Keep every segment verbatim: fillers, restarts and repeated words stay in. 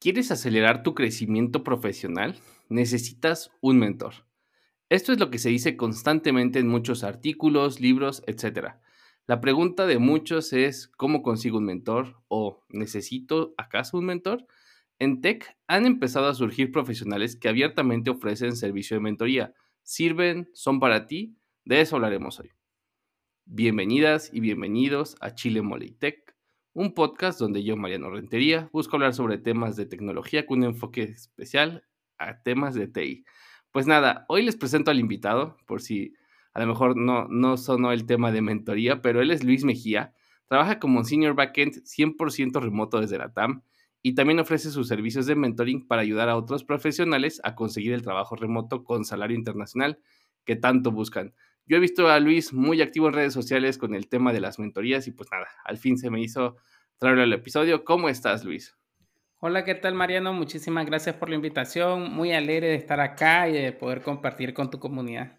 ¿Quieres acelerar tu crecimiento profesional? Necesitas un mentor. Esto es lo que se dice constantemente en muchos artículos, libros, etcétera. La pregunta de muchos es, ¿cómo consigo un mentor? ¿O necesito acaso un mentor? En tech han empezado a surgir profesionales que abiertamente ofrecen servicio de mentoría. ¿Sirven? ¿Son para ti? De eso hablaremos hoy. Bienvenidas y bienvenidos a Chile Mole Tech, un podcast donde yo, Mariano Rentería, busco hablar sobre temas de tecnología con un enfoque especial a temas de T I. Pues nada, hoy les presento al invitado, por si a lo mejor no, no sonó el tema de mentoría, pero él es Luis Mejía, trabaja como Senior Backend cien por ciento remoto desde la T A M y también ofrece sus servicios de mentoring para ayudar a otros profesionales a conseguir el trabajo remoto con salario internacional que tanto buscan. Yo he visto a Luis muy activo en redes sociales con el tema de las mentorías y pues nada, al fin se me hizo traerlo al episodio. ¿Cómo estás, Luis? Hola, ¿qué tal, Mariano? Muchísimas gracias por la invitación. Muy alegre de estar acá y de poder compartir con tu comunidad.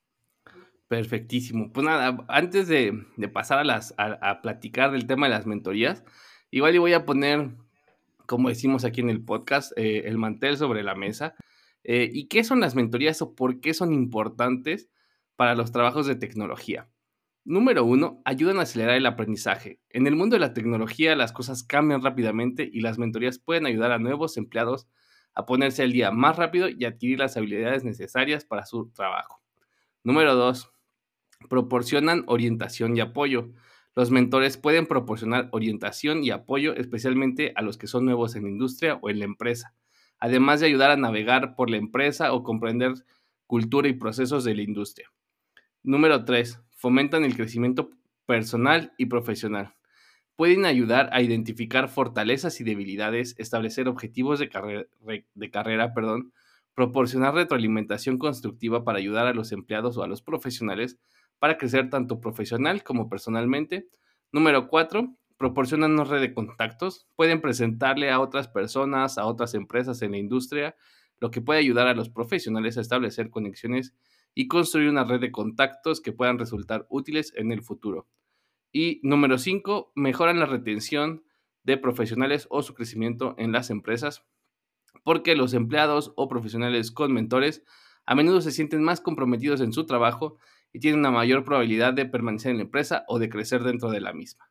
Perfectísimo. Pues nada, antes de, de pasar a, las, a, a platicar del tema de las mentorías, igual y voy a poner, como decimos aquí en el podcast, eh, el mantel sobre la mesa. Eh, ¿Y qué son las mentorías o por qué son importantes para los trabajos de tecnología? Número uno, ayudan a acelerar el aprendizaje. En el mundo de la tecnología las cosas cambian rápidamente y las mentorías pueden ayudar a nuevos empleados a ponerse al día más rápido y adquirir las habilidades necesarias para su trabajo. Número dos, proporcionan orientación y apoyo. Los mentores pueden proporcionar orientación y apoyo especialmente a los que son nuevos en la industria o en la empresa, además de ayudar a navegar por la empresa o comprender cultura y procesos de la industria. Número tres, fomentan el crecimiento personal y profesional. Pueden ayudar a identificar fortalezas y debilidades, establecer objetivos de, carre- de carrera, perdón, proporcionar retroalimentación constructiva para ayudar a los empleados o a los profesionales para crecer tanto profesional como personalmente. Número cuatro, proporcionan una red de contactos. Pueden presentarle a otras personas, a otras empresas en la industria, lo que puede ayudar a los profesionales a establecer conexiones y construir una red de contactos que puedan resultar útiles en el futuro. Y número cinco, mejoran la retención de profesionales o su crecimiento en las empresas, porque los empleados o profesionales con mentores a menudo se sienten más comprometidos en su trabajo y tienen una mayor probabilidad de permanecer en la empresa o de crecer dentro de la misma.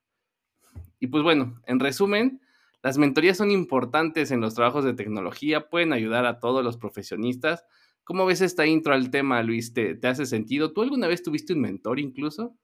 Y pues bueno, en resumen, las mentorías son importantes en los trabajos de tecnología, pueden ayudar a todos los profesionistas. ¿Cómo ves esta intro al tema, Luis? ¿Te, te hace sentido? ¿Tú alguna vez tuviste un mentor incluso?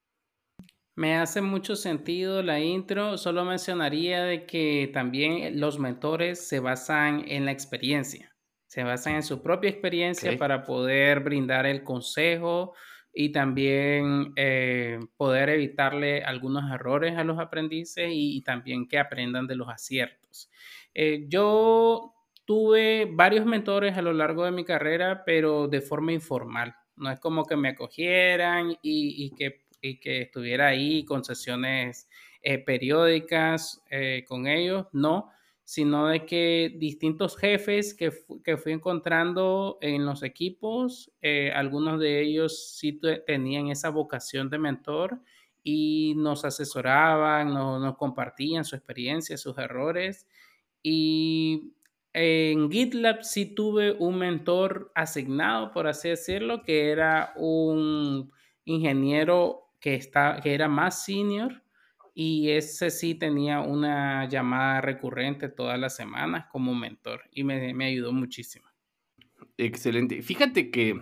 Me hace mucho sentido la intro. Solo mencionaría de que también los mentores se basan en la experiencia. Se basan en su propia experiencia Ok. para poder brindar el consejo y también eh, poder evitarle algunos errores a los aprendices y, y también que aprendan de los aciertos. Eh, yo tuve varios mentores a lo largo de mi carrera, pero de forma informal. No es como que me acogieran y, y que, y que estuviera ahí con sesiones eh, periódicas eh, con ellos, no, sino de que distintos jefes que, fu- que fui encontrando en los equipos, eh, algunos de ellos sí te- tenían esa vocación de mentor y nos asesoraban, nos, nos compartían su experiencia, sus errores. Y en GitLab sí tuve un mentor asignado, por así decirlo, que era un ingeniero que, está, que era más senior y ese sí tenía una llamada recurrente todas las semanas como mentor y me, me ayudó muchísimo. Excelente. Fíjate que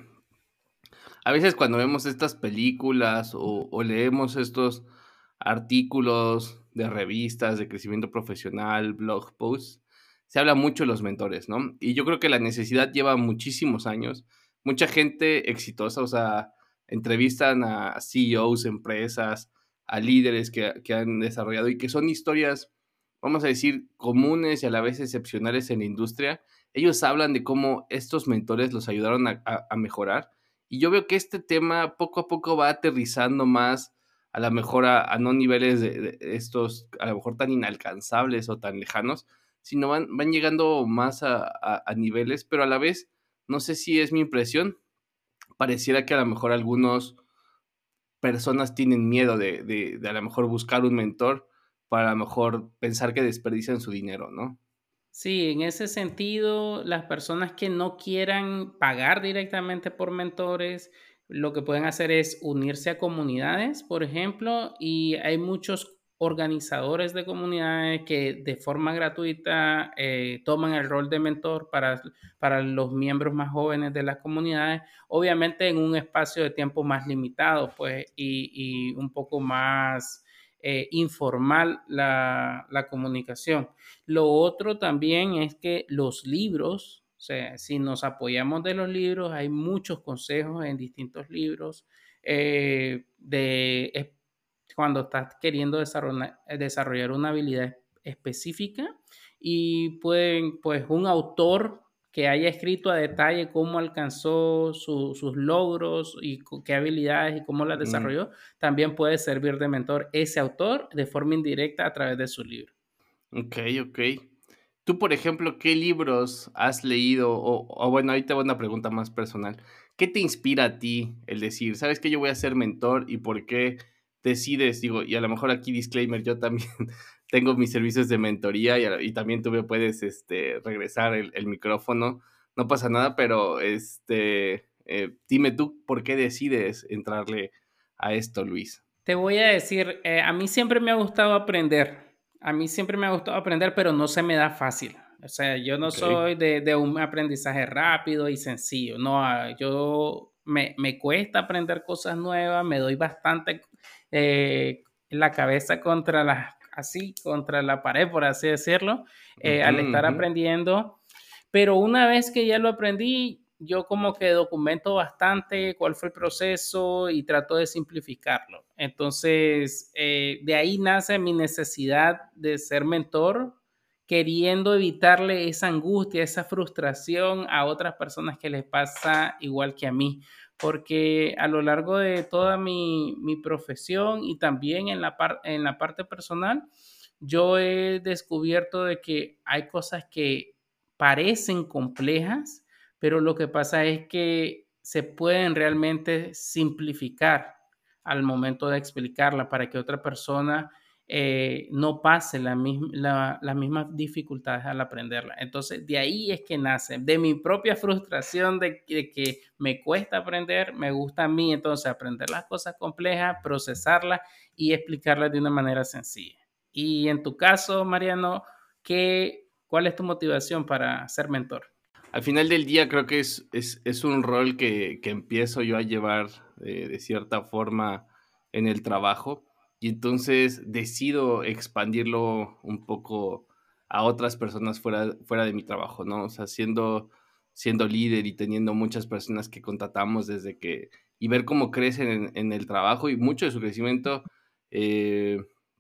a veces cuando vemos estas películas o, o leemos estos artículos de revistas de crecimiento profesional, blog posts, se habla mucho de los mentores, ¿no? Y yo creo que la necesidad lleva muchísimos años. Mucha gente exitosa, o sea, entrevistan a C E Os, empresas, a líderes que, que han desarrollado y que son historias, vamos a decir, comunes y a la vez excepcionales en la industria. Ellos hablan de cómo estos mentores los ayudaron a, a- a mejorar y yo veo que este tema poco a poco va aterrizando más, a lo mejor a, a no niveles de, de estos, a lo mejor tan inalcanzables o tan lejanos, sino van, van llegando más a, a- a niveles, pero a la vez, no sé si es mi impresión, pareciera que a lo mejor algunas personas tienen miedo de, de, de a lo mejor buscar un mentor para a lo mejor pensar que desperdician su dinero, ¿no? Sí, en ese sentido, las personas que no quieran pagar directamente por mentores, lo que pueden hacer es unirse a comunidades, por ejemplo, y hay muchos organizadores de comunidades que de forma gratuita eh, toman el rol de mentor para, para los miembros más jóvenes de las comunidades, obviamente en un espacio de tiempo más limitado, pues, y, y un poco más eh, informal la la comunicación. Lo otro también es que los libros, o sea, si nos apoyamos de los libros, hay muchos consejos en distintos libros eh, de es- cuando estás queriendo desarrollar, desarrollar una habilidad específica y pueden, pues, un autor que haya escrito a detalle cómo alcanzó su- sus logros y co- qué habilidades y cómo las Mm, desarrolló, también puede servir de mentor ese autor de forma indirecta a través de su libro. ok, ok. Tú, por ejemplo, ¿qué libros has leído? O, o bueno, ahí te voy a una pregunta más personal. ¿Qué te inspira a ti el decir, sabes que yo voy a ser mentor y por qué decides? Digo, y a lo mejor aquí disclaimer, yo también tengo mis servicios de mentoría y, a- y también tú me puedes este, regresar el, el micrófono. No pasa nada, pero este, eh, dime tú por qué decides entrarle a esto, Luis. Te voy a decir, eh, a mí siempre me ha gustado aprender. A mí siempre me ha gustado aprender, pero no se me da fácil. O sea, yo no Ok. soy de, de un aprendizaje rápido y sencillo. No, ah, yo me, me cuesta aprender cosas nuevas, me doy bastante eh, la cabeza contra la, así, contra la pared, por así decirlo, eh, Ujú, al estar ujú. aprendiendo. Pero una vez que ya lo aprendí, yo como que documento bastante cuál fue el proceso y trato de simplificarlo. Entonces, eh, de ahí nace mi necesidad de ser mentor, queriendo evitarle esa angustia, esa frustración a otras personas que les pasa igual que a mí. Porque a lo largo de toda mi, mi profesión y también en la, par- en la parte personal, yo he descubierto de que hay cosas que parecen complejas, pero lo que pasa es que se pueden realmente simplificar al momento de explicarla para que otra persona eh, no pase la misma, la- las mismas dificultades al aprenderla. Entonces, de ahí es que nace, de mi propia frustración de, que de que me cuesta aprender, me gusta a mí entonces aprender las cosas complejas, procesarlas y explicarlas de una manera sencilla. Y en tu caso, Mariano, ¿qué, cuál es tu motivación para ser mentor? Al final del día creo que es, es, es un rol que, que empiezo yo a llevar eh, de cierta forma en el trabajo y entonces decido expandirlo un poco a otras personas fuera, fuera de mi trabajo, ¿no? O sea, siendo, siendo líder y teniendo muchas personas que contratamos desde que, y ver cómo crecen en, en el trabajo y mucho de su crecimiento, eh,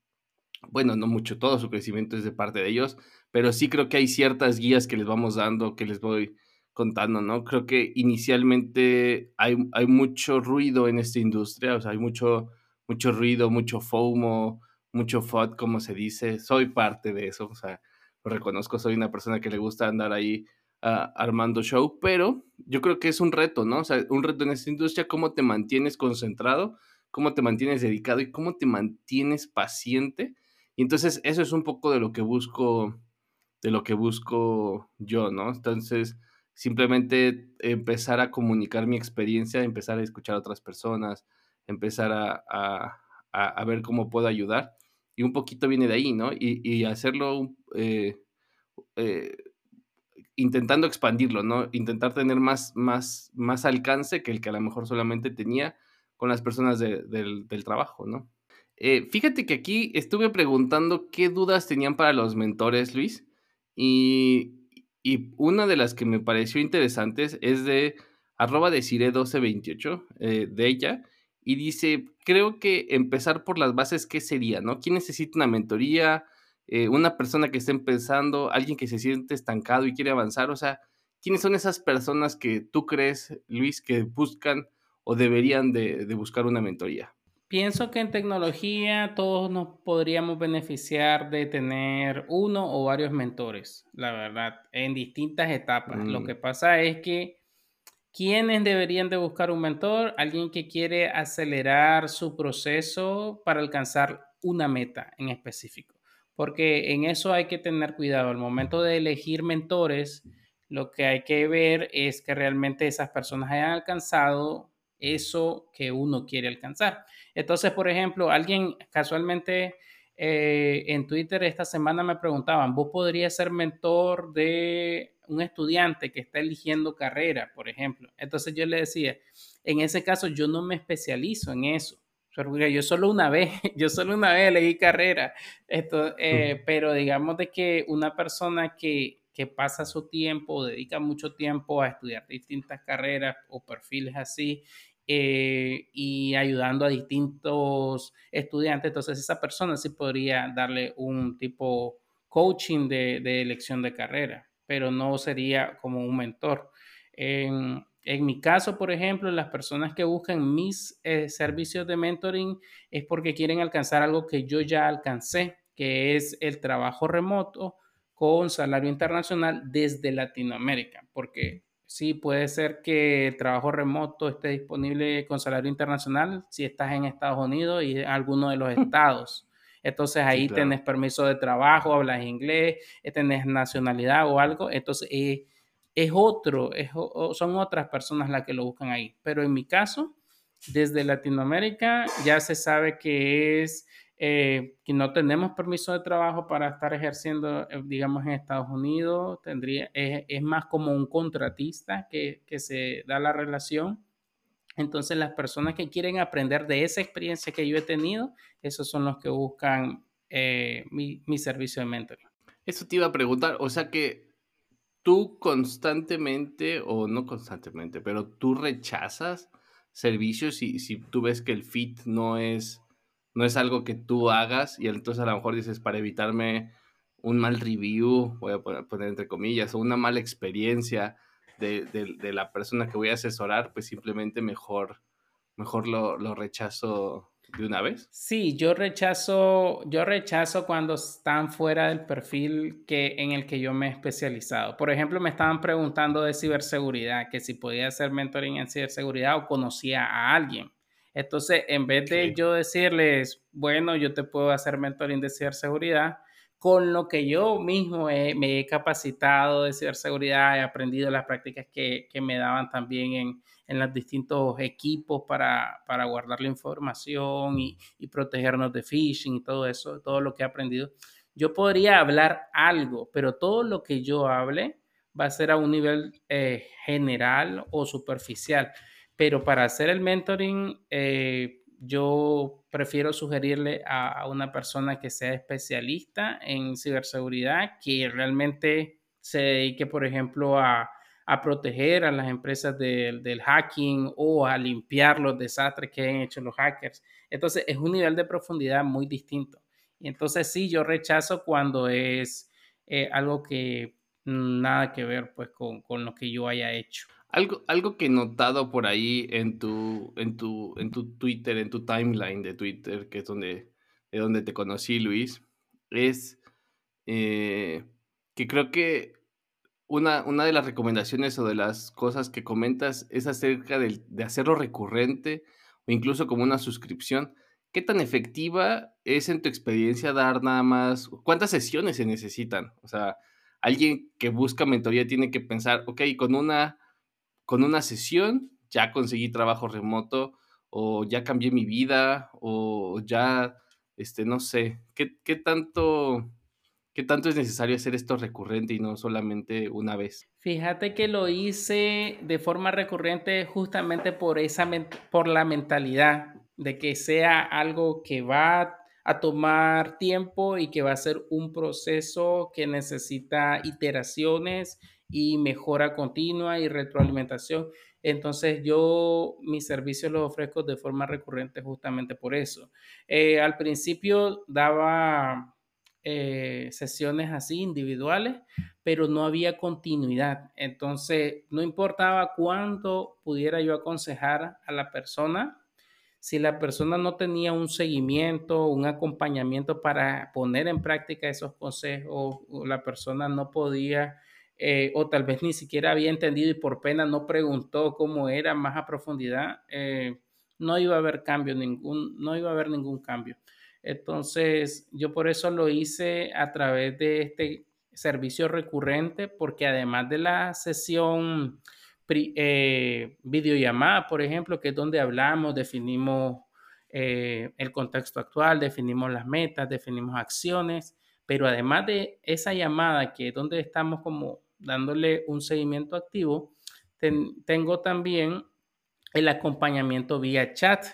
bueno, no mucho, todo su crecimiento es de parte de ellos, pero sí creo que hay ciertas guías que les vamos dando, que les voy contando, ¿no? Creo que inicialmente hay, hay mucho ruido en esta industria, o sea, hay mucho, mucho ruido, mucho FOMO, mucho F O D, como se dice. Soy parte de eso, o sea, lo reconozco, soy una persona que le gusta andar ahí ah, armando show, pero yo creo que es un reto, ¿no? O sea, un reto en esta industria, cómo te mantienes concentrado, cómo te mantienes dedicado y cómo te mantienes paciente y entonces eso es un poco de lo que busco, de lo que busco yo, ¿no? Entonces, simplemente empezar a comunicar mi experiencia, empezar a escuchar a otras personas, empezar a, a, a, a ver cómo puedo ayudar. Y un poquito viene de ahí, ¿no? Y, y hacerlo eh, eh, intentando expandirlo, ¿no? Intentar tener más, más, más alcance que el que a lo mejor solamente tenía con las personas de- del, del trabajo, ¿no? Eh, fíjate que aquí estuve preguntando qué dudas tenían para los mentores, Luis, y, y una de las que me pareció interesantes es de arroba deciré doce veintiocho, eh, de ella, y dice, creo que empezar por las bases, ¿qué sería, no? ¿Quién necesita una mentoría? Eh, una persona que está empezando, alguien que se siente estancado y quiere avanzar, o sea, ¿quiénes son esas personas que tú crees, Luis, que buscan o deberían de, de buscar una mentoría? Pienso que en tecnología todos nos podríamos beneficiar de tener uno o varios mentores, la verdad, en distintas etapas. Lo Mm, que pasa es que ¿quiénes deberían de buscar un mentor? Alguien que quiere acelerar su proceso para alcanzar una meta en específico. porque en eso hay que tener cuidado. Al momento de elegir mentores, lo que hay que ver es que realmente esas personas hayan alcanzado eso que uno quiere alcanzar. Entonces, por ejemplo, alguien casualmente eh, en Twitter esta semana me preguntaban, ¿vos podrías ser mentor de un estudiante que está eligiendo carrera, por ejemplo? Entonces yo le decía, en ese caso yo no me especializo en eso. Porque yo solo una vez, yo solo una vez elegí carrera. Esto, eh, pero digamos de que una persona que, que pasa su tiempo, dedica mucho tiempo a estudiar distintas carreras o perfiles así, eh, y ayudando a distintos estudiantes, entonces esa persona sí podría darle un tipo coaching de, de elección de carrera, pero no sería como un mentor. En, en mi caso, por ejemplo, las personas que buscan mis eh, servicios de mentoring es porque quieren alcanzar algo que yo ya alcancé, que es el trabajo remoto con salario internacional desde Latinoamérica, porque sí, puede ser que el trabajo remoto esté disponible con salario internacional si estás en Estados Unidos y en alguno de los estados. Entonces Sí, ahí claro. tenés permiso de trabajo, hablas inglés, eh, tenés nacionalidad o algo. Entonces eh, es otro, es, son otras personas las que lo buscan ahí. Pero en mi caso, desde Latinoamérica ya se sabe que es eh, que no tenemos permiso de trabajo para estar ejerciendo, eh, digamos, en Estados Unidos. Tendría, es, es más como un contratista que, que se da la relación. Entonces, las personas que quieren aprender de esa experiencia que yo he tenido, esos son los que buscan eh, mi, mi servicio de mentoring. Eso te iba a preguntar, o sea que tú constantemente, o no constantemente, pero tú rechazas servicios si, si tú ves que el fit no es, no es algo que tú hagas y entonces a lo mejor dices para evitarme un mal review, voy a poner, poner entre comillas, o una mala experiencia de, de, de la persona que voy a asesorar, pues simplemente mejor, mejor lo, lo rechazo de una vez. Sí, yo rechazo, yo rechazo cuando están fuera del perfil que, en el que yo me he especializado. Por ejemplo, me estaban preguntando de ciberseguridad, que si podía hacer mentoring en ciberseguridad o conocía a alguien. Entonces, en vez de Ok. yo decirles, bueno, yo te puedo hacer mentoring de ciberseguridad, con lo que yo mismo he- me he capacitado de ciberseguridad, he aprendido las prácticas que, que me daban también en en los distintos equipos para, para guardar la información y, y protegernos de phishing y todo eso, todo lo que he aprendido. Yo podría hablar algo, pero todo lo que yo hable va a ser a un nivel eh, general o superficial. Pero para hacer el mentoring, eh, yo prefiero sugerirle a, a una persona que sea especialista en ciberseguridad, que realmente se dedique, por ejemplo, a a proteger a las empresas de, del hacking o a limpiar los desastres que han hecho los hackers. Entonces es un nivel de profundidad muy distinto. Y entonces sí, yo rechazo cuando es eh, algo que nada que ver pues con, con lo que yo haya hecho. Algo, algo que he notado por ahí en tu, en tu, en tu Twitter, en tu timeline de Twitter, que es donde, de donde te conocí, Luis, es eh, que creo que una, una de las recomendaciones o de las cosas que comentas es acerca del- de hacerlo recurrente o incluso como una suscripción. ¿Qué tan efectiva es en tu experiencia dar nada más? ¿Cuántas sesiones se necesitan? O sea, alguien que busca mentoría tiene que pensar, ok, con una con una sesión ya conseguí trabajo remoto o ya cambié mi vida o ya, este, no sé, ¿qué, qué tanto, qué tanto es necesario hacer esto recurrente y no solamente una vez? Fíjate que lo hice de forma recurrente justamente por esa men- por la mentalidad de que sea algo que va a tomar tiempo y que va a ser un proceso que necesita iteraciones y mejora continua y retroalimentación. Entonces yo mis servicios los ofrezco de forma recurrente justamente por eso. Eh, al principio daba eh, sesiones así individuales, pero no había continuidad. Entonces, no importaba cuánto pudiera yo aconsejar a la persona, si la persona no tenía un seguimiento, un acompañamiento para poner en práctica esos consejos, o la persona no podía, eh, o tal vez ni siquiera había entendido y por pena no preguntó cómo era más a profundidad, eh, no iba a haber cambio ningún, no iba a haber ningún cambio. Entonces, yo por eso lo hice a través de este servicio recurrente, porque además de la sesión pri- eh, videollamada, por ejemplo, que es donde hablamos, definimos eh, el contexto actual, definimos las metas, definimos acciones, pero además de esa llamada, que es donde estamos como dándole un seguimiento activo, ten- tengo también el acompañamiento vía chat.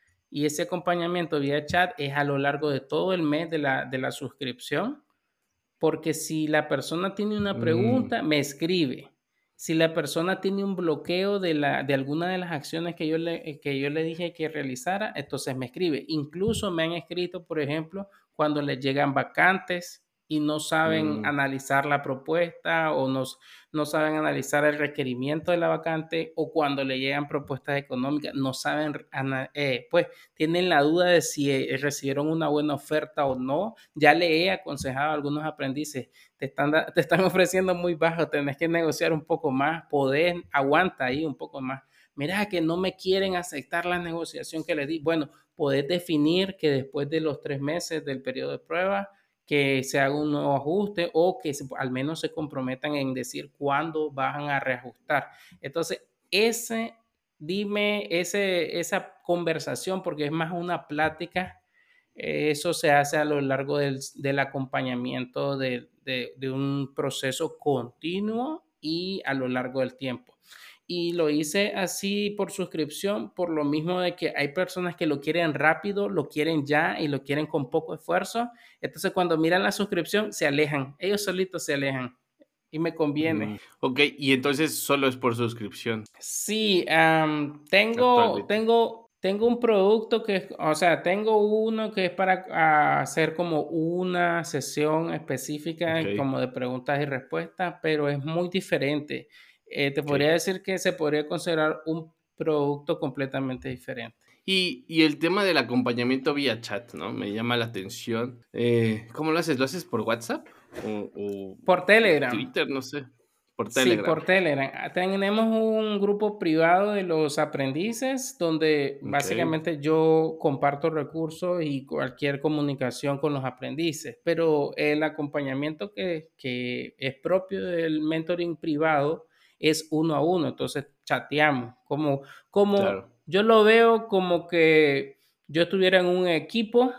Y ese acompañamiento vía chat es a lo largo de todo el mes de la, de la suscripción, porque si la persona tiene una Mm, pregunta, me escribe. Si la persona tiene un bloqueo de, la, de alguna de las acciones que yo, le, que yo le dije que realizara, entonces me escribe. Incluso me han escrito, por ejemplo, cuando les llegan vacantes y no saben mm. analizar la propuesta o no, no saben analizar el requerimiento de la vacante, o cuando le llegan propuestas económicas, no saben, eh, pues tienen la duda de si eh, recibieron una buena oferta o no. Ya le he aconsejado a algunos aprendices, te están, te están ofreciendo muy bajo, tenés que negociar un poco más, poder, aguanta ahí un poco más. Mira que no me quieren aceptar la negociación que les di. Bueno, podés definir que después de los tres meses del periodo de prueba, que se haga un nuevo ajuste, o que se, al menos se comprometan en decir cuándo van a reajustar. Entonces, ese, dime, ese, esa conversación, porque es más una plática, eh, eso se hace a lo largo del, del acompañamiento de, de, de un proceso continuo y a lo largo del tiempo. Y lo hice así por suscripción, por lo mismo de que hay personas que lo quieren rápido, lo quieren ya y lo quieren con poco esfuerzo. Entonces, cuando miran la suscripción, se alejan. Ellos solitos se alejan y me conviene. Mm, ok, y entonces solo es por suscripción Sí, am, tengo, actualmente. tengo, tengo un producto que, es- o sea, tengo uno que es para ah, hacer como una sesión Ok, específica como de preguntas y respuestas, pero es muy diferente. Eh, te ok. podría decir que se podría considerar un producto completamente diferente. Y, y el tema del acompañamiento vía chat, ¿no? Me llama la atención. Eh, ¿cómo lo haces? ¿Lo haces por WhatsApp o, o Por Telegram. Twitter? No sé. Por Sí, Telegram. por Telegram. Ah, tenemos un grupo privado de los aprendices donde Ok, básicamente yo comparto recursos y cualquier comunicación con los aprendices, pero el acompañamiento que, que es propio del mentoring privado es uno a uno, entonces chateamos, como, como claro. yo lo veo como que yo estuviera en un equipo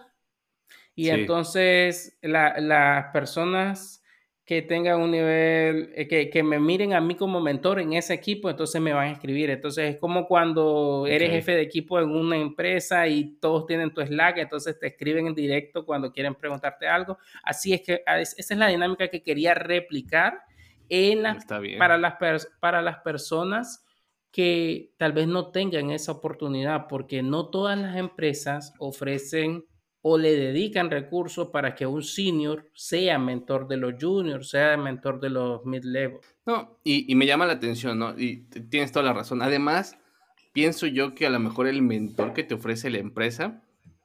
y Sí, entonces la- las personas que tengan un nivel, eh, que, que me miren a mí como mentor en ese equipo, entonces me van a escribir. Entonces es como cuando ok, eres jefe de equipo en una empresa y todos tienen tu Slack, entonces te escriben en directo cuando quieren preguntarte algo. Así es que a- es- esa es la dinámica que quería replicar en la- está bien. para las, pers- para las personas que tal vez no tengan esa oportunidad, porque no todas las empresas ofrecen o le dedican recursos para que un senior sea mentor de los juniors, sea mentor de los mid-level. No, y, y me llama la atención, ¿no? Y t- tienes toda la razón. Además, pienso yo que a lo mejor el mentor que te ofrece la empresa,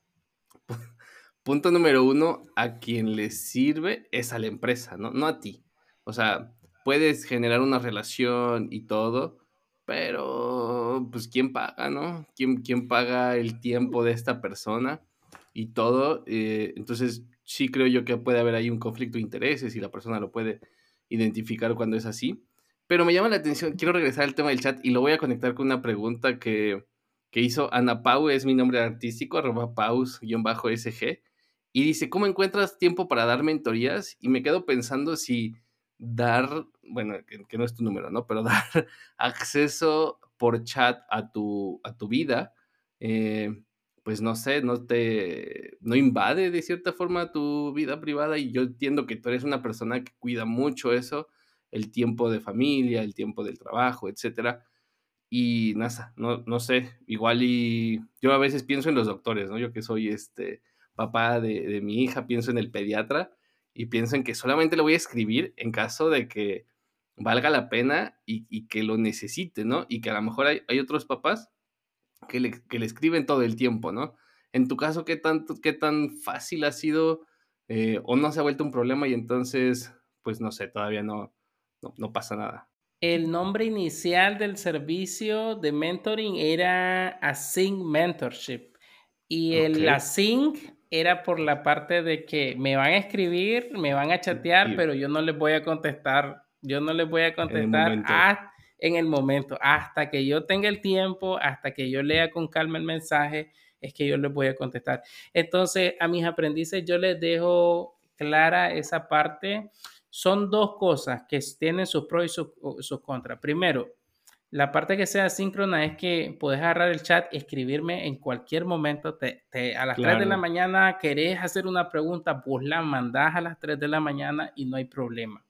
punto número uno, a quien le sirve es a la empresa, ¿no? No a ti. O sea, puedes generar una relación y todo, pero pues ¿quién paga, no? ¿Quién, quién paga el tiempo de esta persona y todo? Eh, entonces, sí creo yo que puede haber ahí un conflicto de intereses y la persona lo puede identificar cuando es así. Pero me llama la atención, quiero regresar al tema del chat y lo voy a conectar con una pregunta que, que hizo Ana Pau, es mi nombre artístico, arroba paus-S G. Y dice, ¿cómo encuentras tiempo para dar mentorías? Y me quedo pensando si dar, bueno, que, que no es tu número, ¿no? Pero dar acceso por chat a tu, a tu vida, eh, pues no sé, no te, no invade de cierta forma tu vida privada. Y yo entiendo que tú eres una persona que cuida mucho eso, el tiempo de familia, el tiempo del trabajo, etcétera. Y nada, no, no sé, igual y yo a veces pienso en los doctores, ¿no? Yo que soy este papá de, de mi hija, pienso en el pediatra y pienso en que solamente le voy a escribir en caso de que valga la pena y, y que lo necesite, ¿no? Y que a lo mejor hay, hay otros papás que le, que le escriben todo el tiempo, ¿no? En tu caso, ¿qué, tanto, qué tan fácil ha sido eh, o no se ha vuelto un problema y entonces, pues no sé, todavía no, no, no pasa nada? El nombre inicial del servicio de mentoring era Async Mentorship. Y Ok, el Async era por la parte de que me van a escribir, me van a chatear, Sí, pero yo no les voy a contestar, yo no les voy a en el contestar momento. a- en el momento, hasta que yo tenga el tiempo, hasta que yo lea con calma el mensaje, es que yo les voy a contestar. Entonces, a mis aprendices yo les dejo clara esa parte. Son dos cosas que tienen sus pros y sus, sus contras. Primero, la parte que sea síncrona es que puedes agarrar el chat, escribirme en cualquier momento. Te, te- a las tres de la Claro, mañana querés hacer una pregunta, vos la mandás a las tres de la mañana y no hay problema.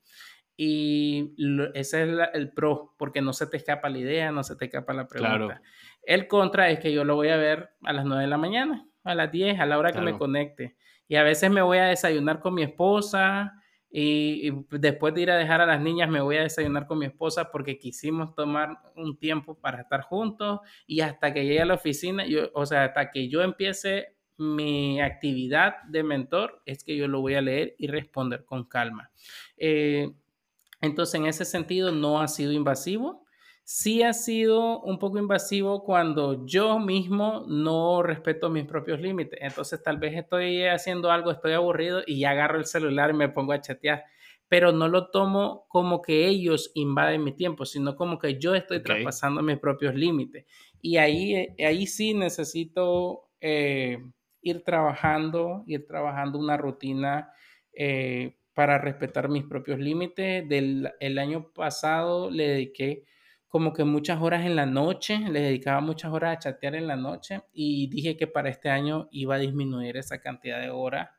Y lo- ese es la- el pro, porque no se te escapa la idea, no se te escapa la pregunta. claro, El contra es que yo lo voy a ver a las nueve de la mañana, a las diez, a la hora que me claro. conecte. Y a veces me voy a desayunar con mi esposa y, y después de ir a dejar a las niñas me voy a desayunar con mi esposa porque quisimos tomar un tiempo para estar juntos y hasta que llegue a la oficina, yo, o sea, hasta que yo empiece mi actividad de mentor, es que yo lo voy a leer y responder con calma. Eh, entonces, en ese sentido, no ha sido invasivo. Sí ha sido un poco invasivo cuando yo mismo no respeto mis propios límites. Entonces, tal vez estoy haciendo algo, estoy aburrido y ya agarro el celular y me pongo a chatear. Pero no lo tomo como que ellos invaden mi tiempo, sino como que yo estoy Ok. traspasando mis propios límites. Y ahí, eh, ahí sí necesito eh, ir trabajando, ir trabajando una rutina eh, para respetar mis propios límites. Del el año pasado le dediqué como que muchas horas en la noche, le dedicaba muchas horas a chatear en la noche y dije que para este año iba a disminuir esa cantidad de horas.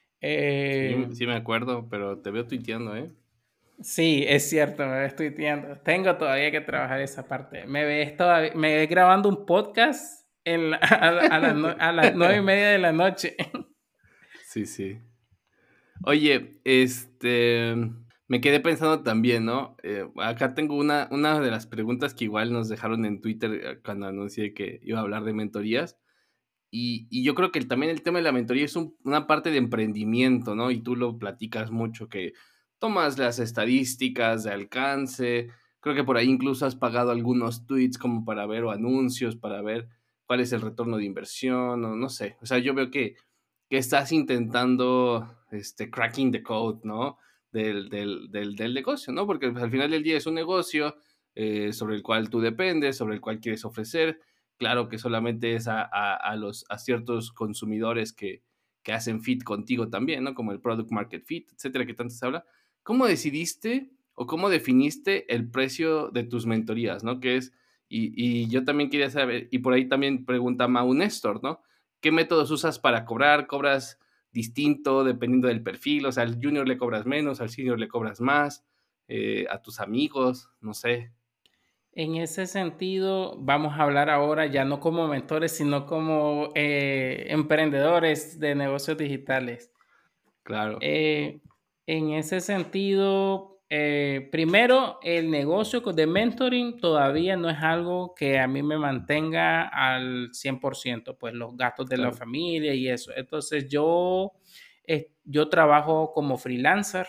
Sí, Eh, sí me acuerdo, pero te veo tuiteando, ¿eh? sí, es cierto, me ves tuiteando. Tengo todavía que trabajar esa parte. Me ves, todavía, me ves grabando un podcast en la- a, la- a las no- a las nueve y media de la noche. Sí, sí. Oye, este, me quedé pensando también, ¿no? Eh, acá tengo una, una de las preguntas que igual nos dejaron en Twitter eh, cuando anuncié que iba a hablar de mentorías. Y, y yo creo que el- también el tema de la mentoría es un- una parte de emprendimiento, ¿no? Y tú lo platicas mucho, que tomas las estadísticas de alcance, creo que por ahí incluso has pagado algunos tweets como para ver o anuncios para ver cuál es el retorno de inversión o no sé. O sea, yo veo que, que estás intentando, este, cracking the code, ¿no? Del, del, del, del negocio, ¿no? Porque pues, al final del día es un negocio eh, sobre el cual tú dependes, sobre el cual quieres ofrecer. Claro que solamente es a, a, a los, a ciertos consumidores que, que hacen fit contigo también, ¿no? Como el product market fit, etcétera, que tanto se habla. ¿Cómo decidiste o cómo definiste el precio de tus mentorías, ¿no? Que es, y, y yo también quería saber, y por ahí también pregunta Mau Néstor, ¿no? ¿Qué métodos usas para cobrar? ¿Cobras distinto dependiendo del perfil? O sea, al junior le cobras menos, al senior le cobras más, eh, a tus amigos, no sé. En ese sentido, vamos a hablar ahora ya no como mentores, sino como eh, emprendedores de negocios digitales. Claro, Eh, en ese sentido, eh, primero, el negocio de mentoring todavía no es algo que a mí me mantenga al cien por ciento, pues los gastos de la claro. familia y eso. Entonces, yo, eh, yo trabajo como freelancer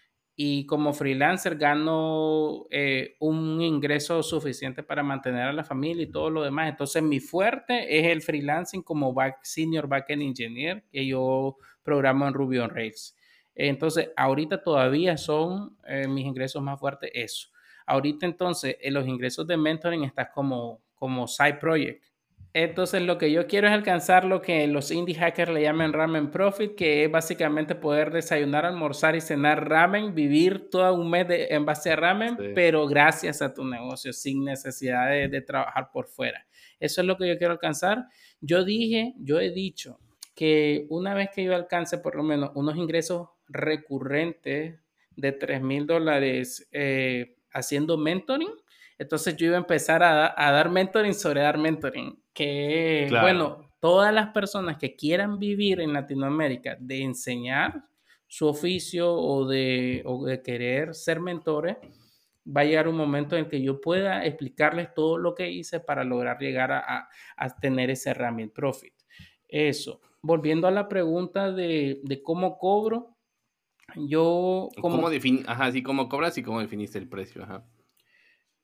y como freelancer gano eh, un ingreso suficiente para mantener a la familia y todo lo demás. Entonces, mi fuerte es el freelancing como back, senior backend engineer, que yo programo en Ruby on Rails. Entonces, ahorita todavía son eh, mis ingresos más fuertes eso. Ahorita entonces, en los ingresos de mentoring estás como, como side project. Entonces, lo que yo quiero es alcanzar lo que los indie hackers le llaman ramen profit, que es básicamente poder desayunar, almorzar y cenar ramen, vivir todo un mes de- en base a ramen, Sí. pero gracias a tu negocio, sin necesidad de, de trabajar por fuera. Eso es lo que yo quiero alcanzar. Yo dije, yo he dicho que una vez que yo alcance por lo menos unos ingresos recurrentes de tres mil dólares eh, haciendo mentoring, entonces yo iba a empezar a, a dar mentoring sobre dar mentoring, que Claro. bueno, todas las personas que quieran vivir en Latinoamérica de enseñar su oficio o de, o de querer ser mentores, va a llegar un momento en el que yo pueda explicarles todo lo que hice para lograr llegar a, a, a tener ese Ramen Profit. Eso. Volviendo a la pregunta de, de cómo cobro, yo ¿Cómo como defini ajá, sí, cómo cobras y cómo definiste el precio? Ajá.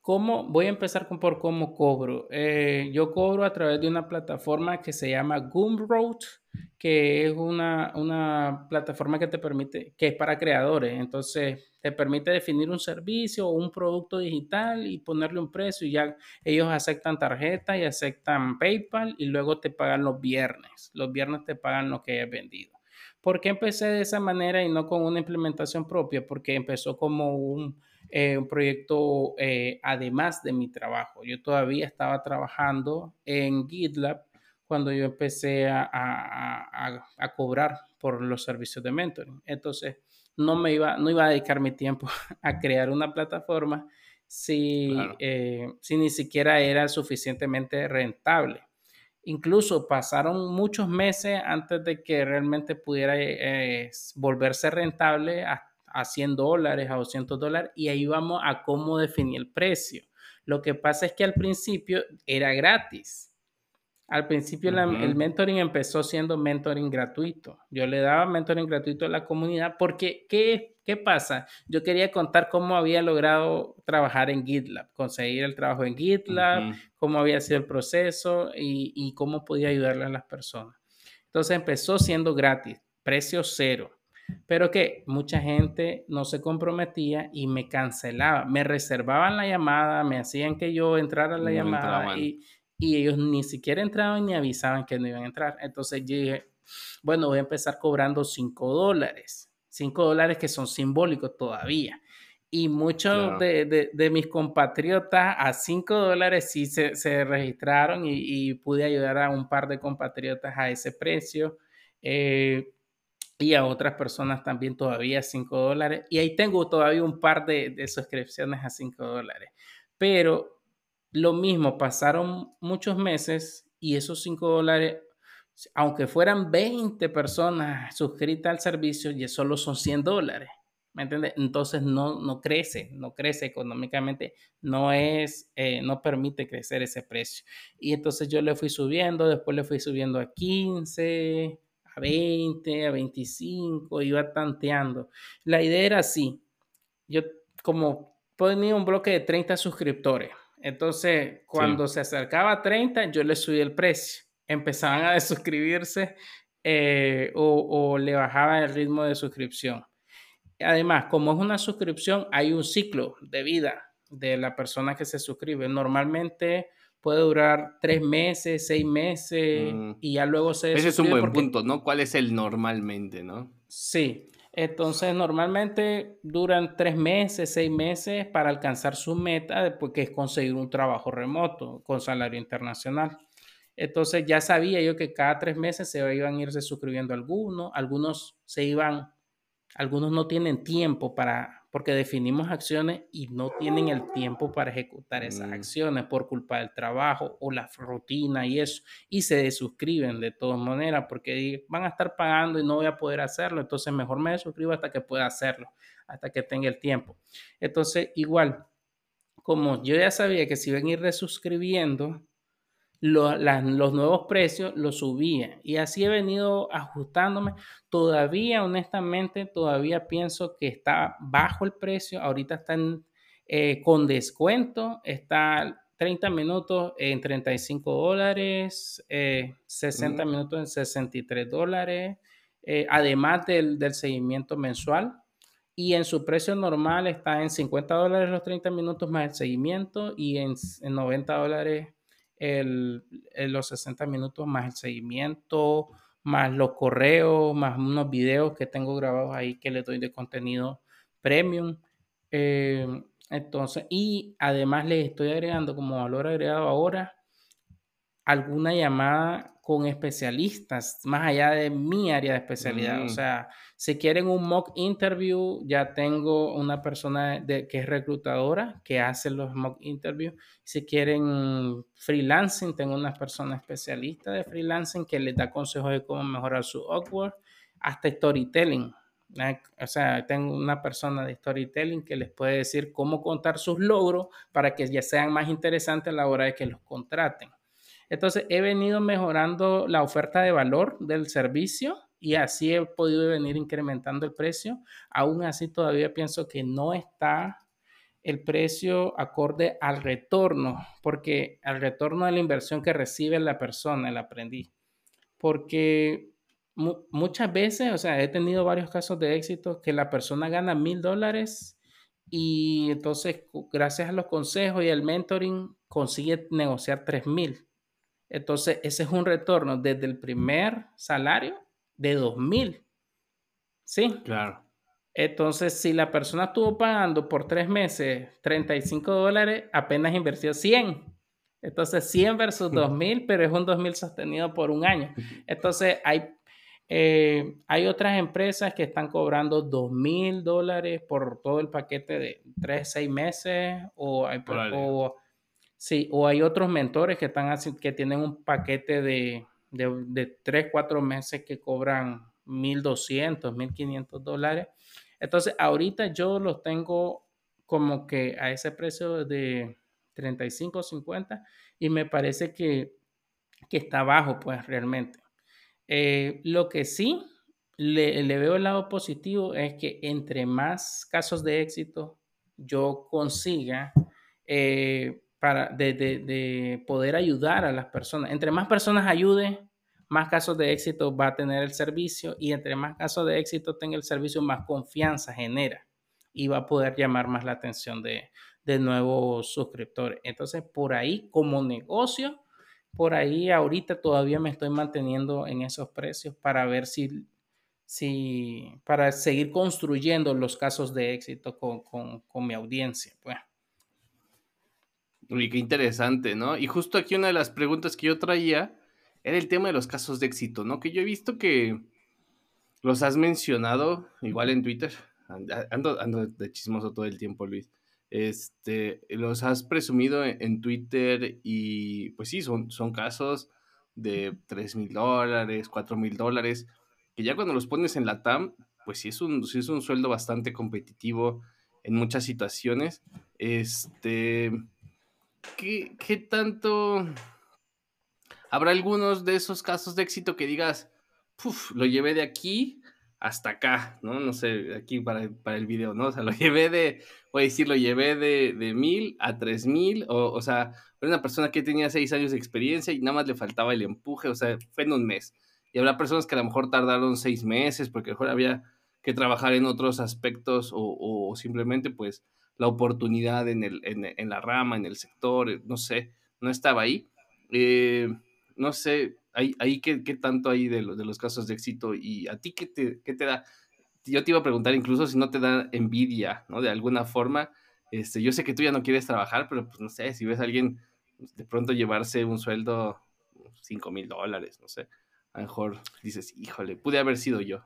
¿Cómo? Voy a empezar con por cómo cobro. Eh, yo cobro a través de una plataforma que se llama Gumroad, que es una, una plataforma que te permite, que es para creadores. Entonces, te permite definir un servicio o un producto digital y ponerle un precio y ya ellos aceptan tarjeta y aceptan PayPal y luego te pagan los viernes. Los viernes te pagan lo que hayas vendido. ¿Por qué empecé de esa manera y no con una implementación propia? Porque empezó como un eh, un proyecto eh, además de mi trabajo. Yo todavía estaba trabajando en GitLab cuando yo empecé a, a, a, a cobrar por los servicios de mentoring. Entonces, no me iba, no iba a dedicar mi tiempo a crear una plataforma si, Claro. eh, si ni siquiera era suficientemente rentable. Incluso pasaron muchos meses antes de que realmente pudiera eh, volverse rentable a, a cien dólares, a doscientos dólares, y ahí vamos a cómo definir el precio. Lo que pasa es que al principio era gratis. Al principio la- el Ujú. mentoring empezó siendo mentoring gratuito. Yo le daba mentoring gratuito a la comunidad porque, ¿qué, qué pasa? Yo quería contar cómo había logrado trabajar en GitLab, conseguir el trabajo en GitLab, Ujú. cómo había sido el proceso y, y cómo podía ayudarle a las personas. Entonces empezó siendo gratis, precio cero. Pero que mucha gente no se comprometía y me cancelaba, me reservaban la llamada, me hacían que yo entrara a la Y no llamada entraban. y, y ellos ni siquiera entraban ni avisaban que no iban a entrar. Entonces yo dije, bueno, voy a empezar cobrando cinco dólares, cinco dólares que son simbólicos todavía. Y muchos Claro. de, de, de mis compatriotas a cinco dólares sí se, se registraron y, y, pude ayudar a un par de compatriotas a ese precio. Eh, y a otras personas también todavía cinco dólares. Y ahí tengo todavía un par de, de suscripciones a cinco dólares. Pero lo mismo, pasaron muchos meses y esos cinco dólares, aunque fueran veinte personas suscritas al servicio, ya solo son cien dólares. ¿Me entiendes? Entonces no, no crece, no crece económicamente, no es, eh, no permite crecer ese precio. Y entonces yo le fui subiendo, después le fui subiendo a quince, a veinte, a veinticinco, iba tanteando. La idea era así, yo como ponía un bloque de treinta suscriptores, entonces Sí. cuando se acercaba a treinta, yo le subía el precio, empezaban a desuscribirse eh, o, o le bajaba el ritmo de suscripción. Además, como es una suscripción, hay un ciclo de vida de la persona que se suscribe. Normalmente puede durar tres meses, seis meses Mm. y ya luego se Ese es un desuscribe buen porque punto, ¿no? ¿Cuál es el normalmente, no? sí. Entonces, normalmente duran tres meses, seis meses para alcanzar su meta, después que es conseguir un trabajo remoto con salario internacional. Entonces, ya sabía yo que cada tres meses se iban a irse suscribiendo algunos, algunos se iban. Algunos no tienen tiempo para, porque definimos acciones y no tienen el tiempo para ejecutar esas Mm. acciones por culpa del trabajo o la rutina y eso, y se desuscriben de todas maneras porque van a estar pagando y no voy a poder hacerlo, entonces mejor me desuscribo hasta que pueda hacerlo, hasta que tenga el tiempo. Entonces, igual, como yo ya sabía que se iban a ir resuscribiendo, lo, la, los nuevos precios los subía y así he venido ajustándome. Todavía, honestamente, todavía pienso que está bajo el precio. Ahorita están eh, con descuento, está treinta minutos en treinta y cinco dólares, eh, sesenta Mm. minutos en sesenta y tres dólares, eh, además del, del seguimiento mensual. Y en su precio normal está en cincuenta dólares los treinta minutos más el seguimiento y en, en noventa dólares el, el, los sesenta minutos más el seguimiento, más los correos, más unos videos que tengo grabados ahí que le doy de contenido premium. Eh, entonces, y además les estoy agregando como valor agregado ahora alguna llamada con especialistas, más allá de mi área de especialidad. O Mm. sea, si quieren un mock interview, ya tengo una persona de, que es reclutadora que hace los mock interviews. Si quieren freelancing, tengo una persona especialista de freelancing que les da consejos de cómo mejorar su Upwork, hasta storytelling. O sea, tengo una persona de storytelling que les puede decir cómo contar sus logros para que ya sean más interesantes a la hora de que los contraten. Entonces, he venido mejorando la oferta de valor del servicio y así he podido venir incrementando el precio. Aún así, todavía pienso que no está el precio acorde al retorno, porque al retorno de la inversión que recibe la persona, el aprendiz. Porque mu muchas veces, o sea, he tenido varios casos de éxito que la persona gana mil dólares y entonces, cu- gracias a los consejos y al mentoring, consigue negociar tres mil. Entonces, ese es un retorno desde el primer salario de dos mil, ¿sí? Claro. Entonces, si la persona estuvo pagando por tres meses treinta y cinco dólares, apenas invirtió cien. Entonces, cien versus dos mil, pero es un dos mil sostenido por un año. Entonces, hay, eh, hay otras empresas que están cobrando dos mil dólares por todo el paquete de tres, seis meses, o hay, per- Órale. o, sí, o hay otros mentores que, están así, que tienen un paquete de, de, de tres, cuatro meses que cobran mil doscientos, mil quinientos dólares. Entonces, ahorita yo los tengo como que a ese precio de treinta y cinco, cincuenta y me parece que, que está bajo, pues realmente. Eh, lo que sí le, le veo el lado positivo es que entre más casos de éxito yo consiga eh, para de, de, de poder ayudar a las personas, entre más personas ayude, más casos de éxito va a tener el servicio y entre más casos de éxito tenga el servicio, más confianza genera y va a poder llamar más la atención de, de nuevos suscriptores. Entonces, por ahí, como negocio, por ahí ahorita todavía me estoy manteniendo en esos precios para ver si, si para seguir construyendo los casos de éxito con, con, con mi audiencia. Pues. Uy, qué interesante, ¿no? Y justo aquí una de las preguntas que yo traía era el tema de los casos de éxito, ¿no? Que yo he visto que los has mencionado igual en Twitter. Ando, ando de chismoso todo el tiempo, Luis. Este, los has presumido en, en Twitter y pues sí, son, son casos de tres mil dólares, cuatro mil dólares, que ya cuando los pones en la T A M, pues sí es un, sí es un sueldo bastante competitivo en muchas situaciones. Este, ¿qué, qué tanto habrá algunos de esos casos de éxito que digas, puf, lo llevé de aquí hasta acá, ¿no? No sé, aquí para, para el video, ¿no? O sea, lo llevé de, voy a decir, lo llevé de, de mil a tres mil, o, o sea, era una persona que tenía seis años de experiencia y nada más le faltaba el empuje, o sea, fue en un mes. Y habrá personas que a lo mejor tardaron seis meses porque a lo mejor había que trabajar en otros aspectos o, o simplemente pues la oportunidad en, el, en, en la rama, en el sector, no sé, no estaba ahí. Eh, no sé, ahí, ahí qué, qué tanto hay de, lo, de los casos de éxito y a ti qué te, qué te da. Yo te iba a preguntar incluso si no te da envidia, ¿no? De alguna forma. Este, yo sé que tú ya no quieres trabajar, pero pues no sé, si ves a alguien pues, de pronto llevarse un sueldo cinco mil dólares, no sé, a lo mejor dices, híjole, pude haber sido yo.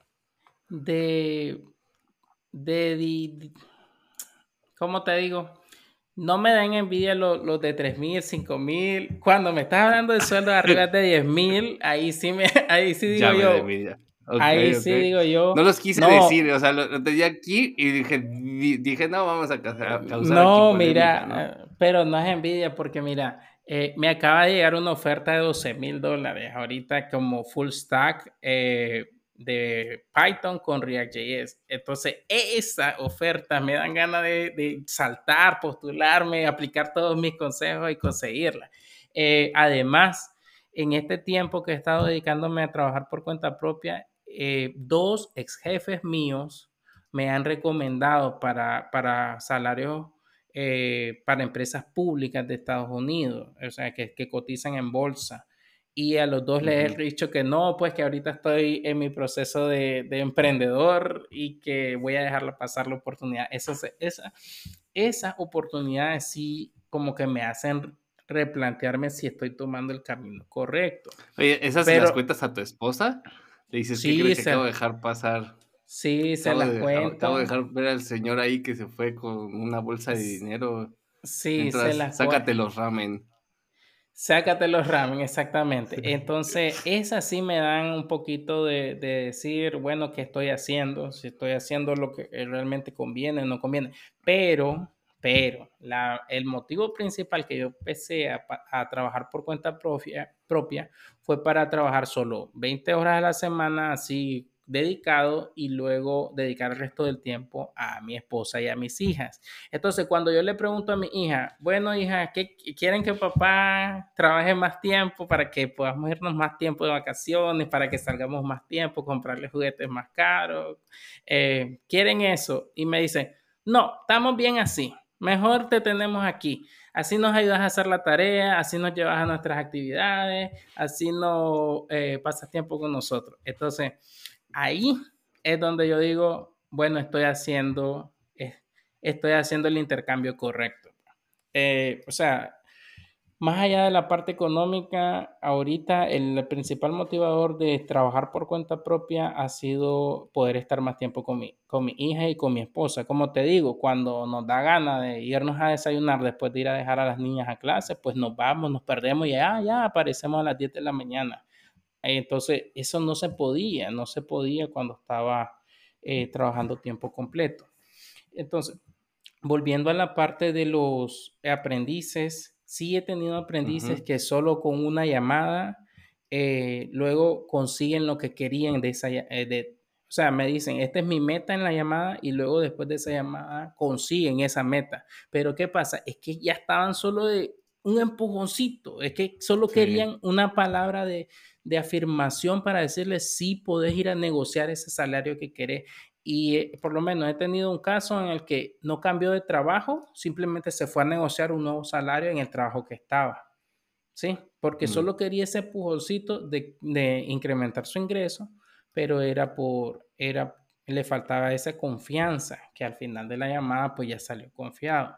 De, de, de, ¿cómo te digo? No me dan envidia los, los de tres mil, cinco mil. Cuando me estás hablando de sueldos arriba de diez mil, ahí sí me, ahí sí digo Ya me da yo, envidia. Ok, ahí ok. sí digo No yo, los quise decir, no, o sea, lo, lo tenía aquí y dije, di, dije, no, vamos a causar, causar aquí no, polémica, ¿no? mira, eh, pero no es envidia porque mira, eh, me acaba de llegar una oferta de doce mil dólares ahorita como full stack eh, de Python con React.js. Entonces, esa oferta me dan ganas de, de saltar, postularme, aplicar todos mis consejos y conseguirla. Eh, además, en este tiempo que he estado dedicándome a trabajar por cuenta propia, eh, dos ex jefes míos me han recomendado para, para salarios eh, para empresas públicas de Estados Unidos, o sea, que, que cotizan en bolsa. Y a los dos les he Ujú. dicho que no, pues que ahorita estoy en mi proceso de, de emprendedor y que voy a dejarla pasar la oportunidad. Esas, esa, esas oportunidades sí como que me hacen replantearme si estoy tomando el camino correcto. Oye, ¿esas se las Pero cuentas a tu esposa? Le dices, ¿qué sí, crees que acabo se, de dejar pasar? sí, se Acabo las de dejar, acabo de cuento. dejar ver al señor ahí que se fue con una bolsa de S- dinero. Sí, se Mientras, las cuento. sácate los ramen. Sácate los ramen, exactamente. Entonces, esas sí me dan un poquito de, de decir, bueno, ¿qué estoy haciendo? Si estoy haciendo lo que realmente conviene o no conviene. Pero, pero, la, el motivo principal que yo empecé a, pa- a trabajar por cuenta propia, propia fue para trabajar solo veinte horas a la semana, así dedicado y luego dedicar el resto del tiempo a mi esposa y a mis hijas. Entonces, cuando yo le pregunto a mi hija, bueno, hija, ¿qué quieren que papá trabaje más tiempo para que podamos irnos más tiempo de vacaciones, para que salgamos más tiempo, comprarle juguetes más caros? Eh, ¿quieren eso? Y me dicen, no, estamos bien así. Mejor te tenemos aquí. Así nos ayudas a hacer la tarea, así nos llevas a nuestras actividades, así no eh, pasas tiempo con nosotros. Entonces, ahí es donde yo digo, bueno, estoy haciendo, eh, estoy haciendo el intercambio correcto. Eh, o sea, más allá de la parte económica, ahorita el principal motivador de trabajar por cuenta propia ha sido poder estar más tiempo con mi, con mi hija y con mi esposa. Como te digo, cuando nos da gana de irnos a desayunar después de ir a dejar a las niñas a clase, pues nos vamos, nos perdemos y ya, ya aparecemos a las diez de la mañana. Entonces, eso no se podía, no se podía cuando estaba eh, trabajando tiempo completo. Entonces, volviendo a la parte de los aprendices, sí he tenido aprendices Ujú. que solo con una llamada eh, luego consiguen lo que querían de esa, lla- eh, de, o sea, me dicen, esta es mi meta en la llamada y luego después de esa llamada consiguen esa meta. Pero ¿qué pasa? Es que ya estaban solo de un empujoncito, es que solo Sí. querían una palabra de, de afirmación para decirles sí, podés ir a negociar ese salario que querés. Y eh, por lo menos he tenido un caso en el que no cambió de trabajo, simplemente se fue a negociar un nuevo salario en el trabajo que estaba, ¿sí? Porque Mm. solo quería ese pujoncito de, de incrementar su ingreso, pero era por, era, le faltaba esa confianza, que al final de la llamada pues ya salió confiado.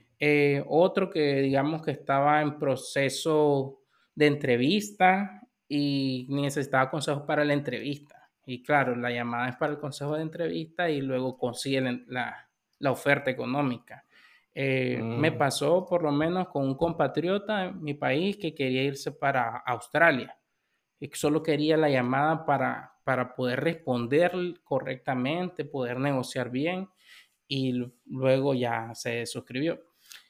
Eh, otro que digamos que estaba en proceso de entrevista y necesitaba consejos para la entrevista. Y claro, la llamada es para el consejo de entrevista y luego consigue la, la- la oferta económica. Eh, me Mm. pasó por lo menos con un compatriota en mi país que quería irse para Australia y solo quería la llamada para, para poder responder correctamente, poder negociar bien y luego ya se suscribió.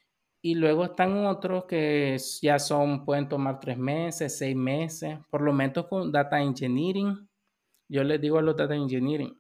Y luego están otros que es- ya son, pueden tomar tres meses, seis meses, por lo menos con data engineering. Yo les digo a los data engineering,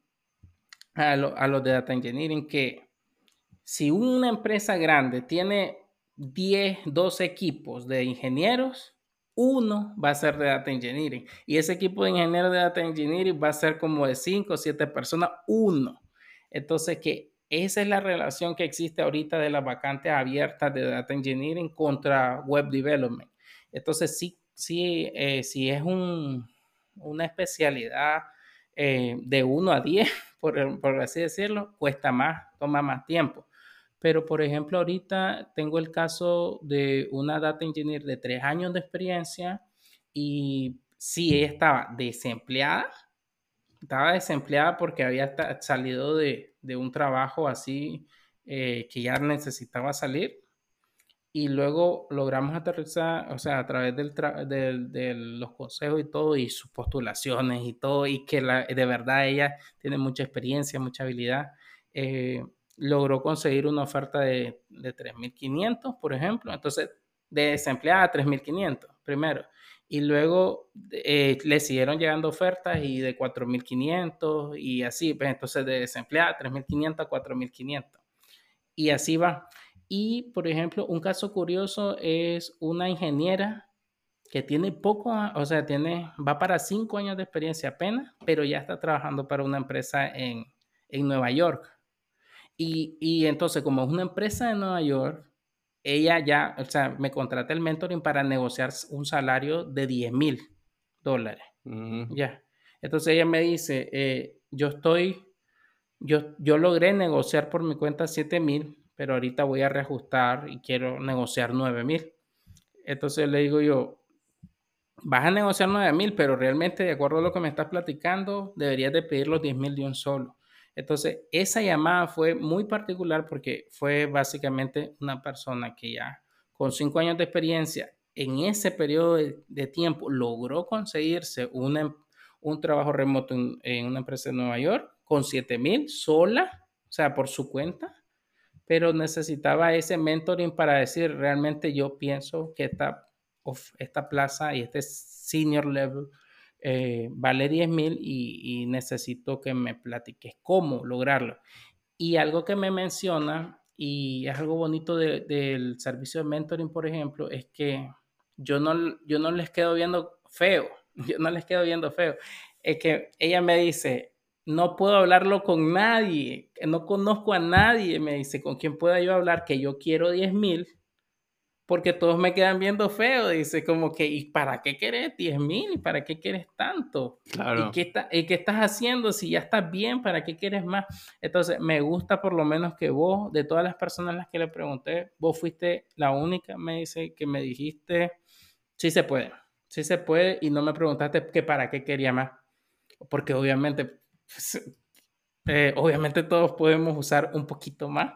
a, lo- a los de data engineering que si una empresa grande tiene diez doce equipos de ingenieros, uno va a ser de data engineering. Y ese equipo de ingenieros de data engineering va a ser como de cinco o siete personas, uno. Entonces, que esa es la relación que existe ahorita de las vacantes abiertas de data engineering contra web development. Entonces, sí, sí, eh, sí es un, una especialidad eh, de uno a diez, por, por así decirlo, cuesta más, toma más tiempo. Pero, por ejemplo, ahorita tengo el caso de una data engineer de tres años de experiencia y sí, ella estaba desempleada, estaba desempleada porque había salido de, de un trabajo así eh, que ya necesitaba salir y luego logramos aterrizar, o sea, a través del del, de los consejos y todo, y sus postulaciones y todo, y que la, de verdad ella tiene mucha experiencia, mucha habilidad, eh, logró conseguir una oferta de, de tres mil quinientos, por ejemplo, entonces de desempleada a tres mil quinientos primero, y luego eh, le siguieron llegando ofertas y de cuatro mil quinientos y así, pues entonces de desempleada a tres mil quinientos a cuatro mil quinientos y así va. Y, por ejemplo, un caso curioso es una ingeniera que tiene poco, o sea, tiene, va para cinco años de experiencia apenas, pero ya está trabajando para una empresa en, en Nueva York. Y, y entonces, como es una empresa de Nueva York, ella ya, o sea, me contrata el mentoring para negociar un salario de diez mil dólares. Mm. Ya. Entonces ella me dice, eh, yo estoy yo, yo logré negociar por mi cuenta siete mil, pero ahorita voy a reajustar y quiero negociar nueve mil. Entonces le digo yo, vas a negociar nueve mil, pero realmente de acuerdo a lo que me estás platicando, deberías de pedir los diez mil de un solo. Entonces, esa llamada fue muy particular porque fue básicamente una persona que ya con cinco años de experiencia en ese periodo de, de tiempo logró conseguirse una, un trabajo remoto en, en una empresa de Nueva York con siete mil sola, o sea, por su cuenta, pero necesitaba ese mentoring para decir, realmente yo pienso que esta, esta plaza y este senior level eh, vale diez mil y, y necesito que me platiques cómo lograrlo. Y algo que me menciona, y es algo bonito de- del servicio de mentoring, por ejemplo, es que yo no, yo no les quedo viendo feo, yo no les quedo viendo feo. Es que ella me dice, no puedo hablarlo con nadie, que no conozco a nadie, me dice, ¿con quién pueda yo hablar? Que yo quiero diez mil porque todos me quedan viendo feo, dice, como que, ¿y para qué querés diez mil? ¿Y para qué quieres tanto? ¿Y Claro. qué, está, ¿Y qué estás haciendo? Si ya estás bien, ¿para qué quieres más? Entonces, me gusta por lo menos que vos, de todas las personas a las que le pregunté, vos fuiste la única, me dice, que me dijiste, sí se puede, sí se puede, y no me preguntaste que para qué quería más, porque obviamente, pues, eh, obviamente todos podemos usar un poquito más,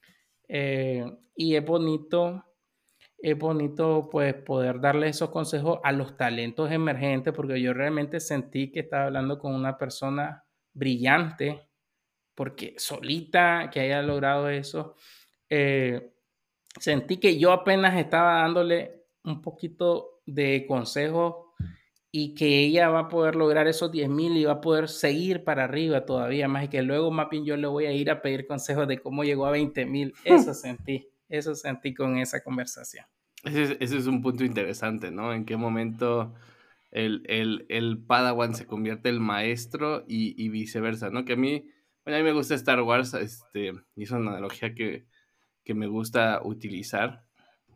eh, y es bonito es bonito pues poder darle esos consejos a los talentos emergentes, porque yo realmente sentí que estaba hablando con una persona brillante, porque solita que haya logrado eso, eh, sentí que yo apenas estaba dándole un poquito de consejo y que ella va a poder lograr esos diez mil y va a poder seguir para arriba todavía más y que luego más bien yo le voy a ir a pedir consejos de cómo llegó a veinte mil. Eso sentí, eso sentí con esa conversación. Ese es, ese es un punto interesante, ¿no? En qué momento el, el, el Padawan se convierte en maestro y, y viceversa, ¿no? Que a mí, bueno, a mí me gusta Star Wars, este, y es una analogía que, que me gusta utilizar.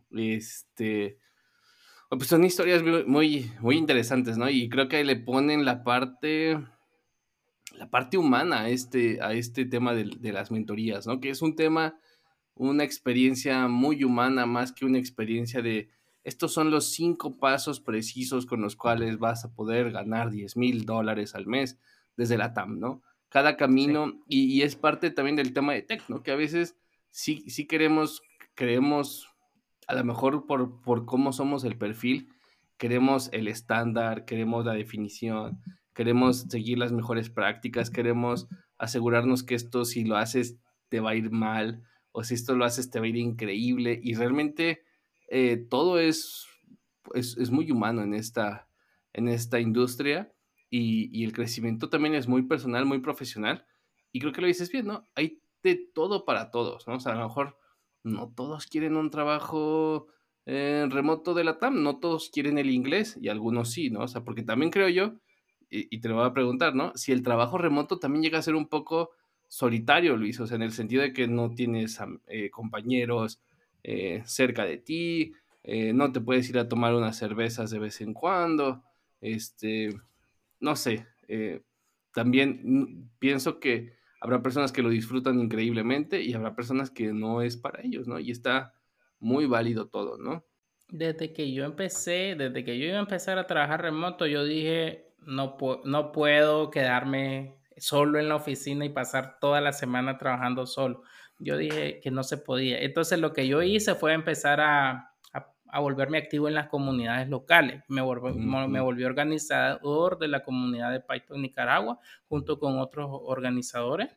Este, pues son historias muy, muy, muy interesantes, ¿no? Y creo que le ponen la parte, la parte humana a este, a este tema de, de las mentorías, ¿no? Que es un tema, una experiencia muy humana, más que una experiencia de estos son los cinco pasos precisos con los cuales vas a poder ganar diez mil dólares al mes desde la T A M, ¿no? Cada Sí. camino, y, y, es parte también del tema de tech, ¿no? Que a veces sí, sí queremos, creemos, a lo mejor por, por cómo somos el perfil, queremos el estándar, queremos la definición, queremos seguir las mejores prácticas, queremos asegurarnos que esto si lo haces te va a ir mal, o si esto lo haces te va a ir increíble, y realmente eh, todo es, es, es, muy humano en esta, en esta industria, y, y, el crecimiento también es muy personal, muy profesional, y creo que lo dices bien, ¿no? Hay de todo para todos, ¿no? O sea, a lo mejor no todos quieren un trabajo eh, remoto de la T A M, no todos quieren el inglés, y algunos sí, ¿no? O sea, porque también creo yo, y, y te lo voy a preguntar, ¿no? Si el trabajo remoto también llega a ser un poco solitario, Luis, o sea, en el sentido de que no tienes eh, compañeros eh, cerca de ti, eh, no te puedes ir a tomar unas cervezas de vez en cuando, este, no sé, eh, también mm, pienso que habrá personas que lo disfrutan increíblemente y habrá personas que no es para ellos, ¿no? Y está muy válido todo, ¿no? Desde que yo empecé, desde que yo iba a empezar a trabajar remoto, yo dije, no, pu- no puedo quedarme solo en la oficina y pasar toda la semana trabajando solo. Yo dije que no se podía. Entonces lo que yo hice fue empezar a, a, a volverme activo en las comunidades locales. Me volví, me Ujú. volví organizador de la comunidad de Python Nicaragua junto con otros organizadores.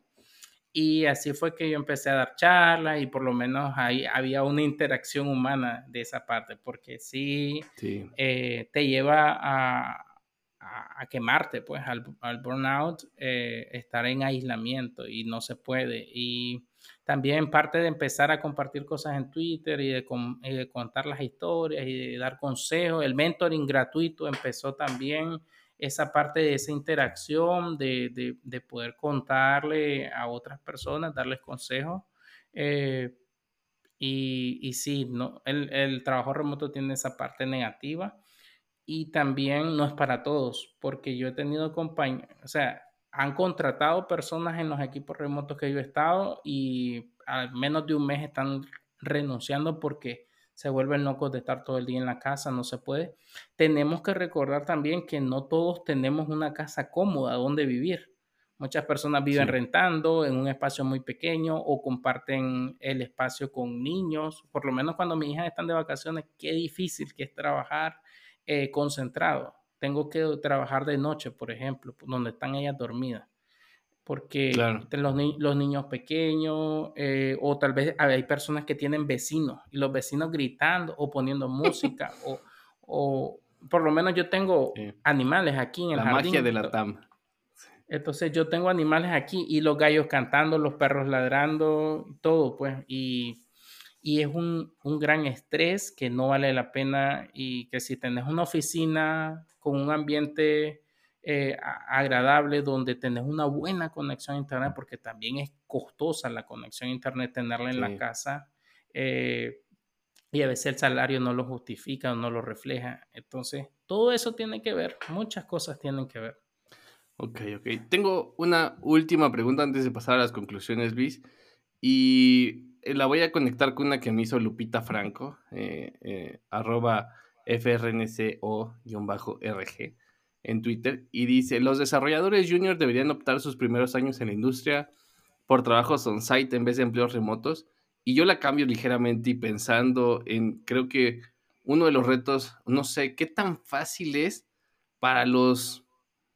Y así fue que yo empecé a dar charlas y por lo menos ahí había una interacción humana de esa parte, porque sí Sí, eh, te lleva a, a, a quemarte, pues al, al burnout, eh, estar en aislamiento y no se puede. Y también parte de empezar a compartir cosas en Twitter y de, com, y de contar las historias y de dar consejos. El mentoring gratuito empezó también esa parte de esa interacción, de, de, de poder contarle a otras personas, darles consejos. Eh, y, y sí, ¿no? el, el trabajo remoto tiene esa parte negativa y también no es para todos, porque yo he tenido compañeros, o sea, han contratado personas en los equipos remotos que yo he estado y al menos de un mes están renunciando porque se vuelven locos de estar todo el día en la casa, no se puede. Tenemos que recordar también que no todos tenemos una casa cómoda donde vivir. Muchas personas viven sí, rentando en un espacio muy pequeño o comparten el espacio con niños. Por lo menos cuando mis hijas están de vacaciones, qué difícil que es trabajar eh, concentrado. Tengo que trabajar de noche, por ejemplo, donde están ellas dormidas, porque claro. los, ni los niños pequeños eh, o tal vez hay personas que tienen vecinos y los vecinos gritando o poniendo música o, o por lo menos yo tengo Sí. animales aquí en el La magia de jardín. la T A M. Entonces yo tengo animales aquí y los gallos cantando, los perros ladrando, todo pues. Y, y es un, un gran estrés que no vale la pena y que si tenés una oficina con un ambiente eh, a- agradable donde tenés una buena conexión a internet, porque también es costosa la conexión a internet tenerla en la Sí. casa, eh, y a veces el salario no lo justifica o no lo refleja. Entonces todo eso tiene que ver, muchas cosas tienen que ver. Ok, ok. Tengo una última pregunta antes de pasar a las conclusiones, Luis. Y eh, la voy a conectar con una que me hizo Lupita Franco, eh, eh, arroba F R N C O-R G en Twitter. Y dice, los desarrolladores junior deberían optar sus primeros años en la industria por trabajos on-site en vez de empleos remotos. Y yo la cambio ligeramente y pensando en, creo que uno de los retos, no sé, qué tan fácil es para los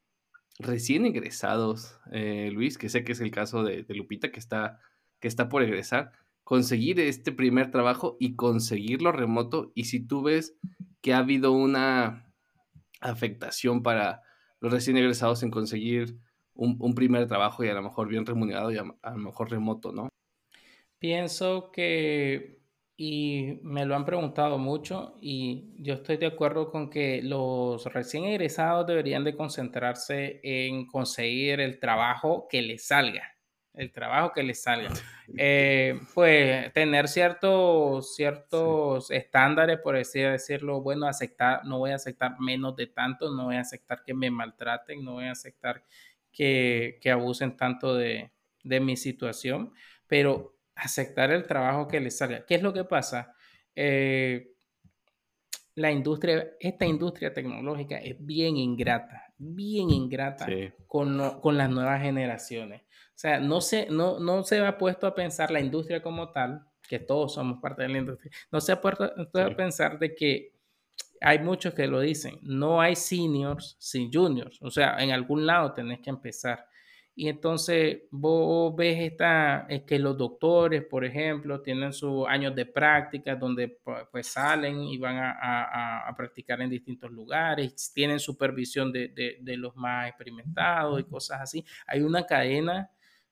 recién egresados, eh, Luis, que sé que es el caso de, de Lupita, que está, que está por egresar, conseguir este primer trabajo y conseguirlo remoto. Y si tú ves que ha habido una afectación para los recién egresados en conseguir un, un primer trabajo y a lo mejor bien remunerado y a, a lo mejor remoto, ¿no? Pienso que, y me lo han preguntado mucho, y yo estoy de acuerdo con que los recién egresados deberían de concentrarse en conseguir el trabajo que les salga, el trabajo que les salga. Eh, pues tener ciertos, Sí, ciertos estándares, por así decirlo, bueno, aceptar, no voy a aceptar menos de tanto, no voy a aceptar que me maltraten, no voy a aceptar que, que abusen tanto de, de mi situación, pero aceptar el trabajo que les salga. ¿Qué es lo que pasa? Eh, la industria, esta industria tecnológica es bien ingrata, bien ingrata sí, con, no, con las nuevas generaciones. O sea, no se, no, no se ha puesto a pensar la industria como tal, que todos somos parte de la industria, no se ha puesto a sí, pensar de que hay muchos que lo dicen, no hay seniors sin juniors, o sea, en algún lado tenés que empezar. Y entonces vos ves esta, es que los doctores, por ejemplo, tienen sus años de práctica donde pues salen y van a, a, a practicar en distintos lugares, tienen supervisión de, de, de, los más experimentados y cosas así. Hay una cadena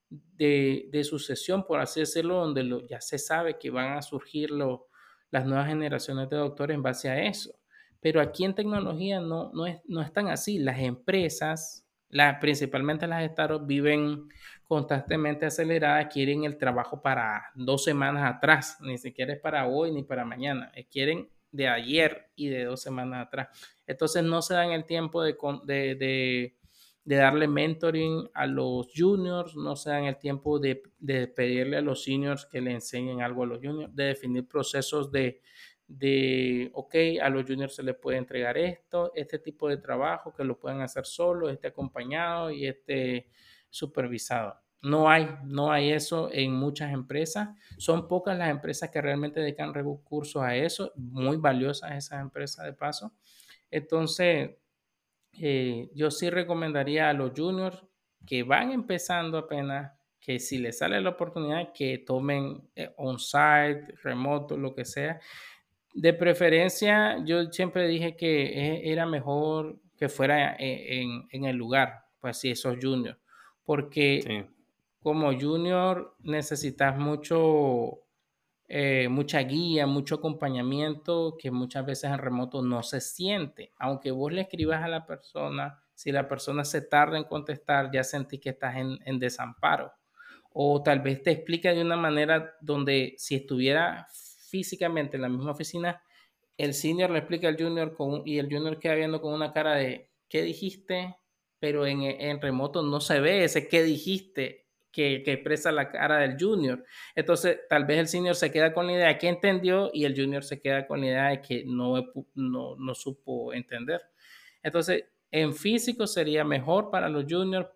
de, de sucesión, por así decirlo, donde lo, ya se sabe que van a surgir los, las nuevas generaciones de doctores en base a eso. Pero aquí en tecnología no, no, es, no es tan así. Las empresas, la, principalmente las startups, viven constantemente aceleradas, quieren el trabajo para dos semanas atrás, ni siquiera es para hoy ni para mañana, quieren de ayer y de dos semanas atrás. Entonces no se dan el tiempo de, de, de, de darle mentoring a los juniors, no se dan el tiempo de, de pedirle a los seniors que le enseñen algo a los juniors, de definir procesos de de, ok, a los juniors se les puede entregar esto, este tipo de trabajo que lo pueden hacer solo, este acompañado y este supervisado. No hay, no hay eso en muchas empresas. Son pocas las empresas que realmente dedican recursos a eso, muy valiosas esas empresas de paso. Entonces, eh, yo sí recomendaría a los juniors que van empezando apenas, que si les sale la oportunidad, que tomen eh, on-site, remoto, lo que sea, de preferencia, yo siempre dije que e- era mejor que fuera e- en, en el lugar, pues si esos juniors, porque sí, como junior necesitas mucho, eh, mucha guía, mucho acompañamiento que muchas veces en remoto no se siente. Aunque vos le escribas a la persona, si la persona se tarda en contestar, ya sentí que estás en, en desamparo. O tal vez te explica de una manera donde si estuviera físicamente en la misma oficina, el senior le explica al junior con, y el junior queda viendo con una cara de ¿qué dijiste? Pero en, en remoto no se ve ese ¿qué dijiste? Que, que expresa la cara del junior. Entonces, tal vez el senior se queda con la idea que entendió y el junior se queda con la idea de que no, no, no supo entender. Entonces, en físico sería mejor para los juniors.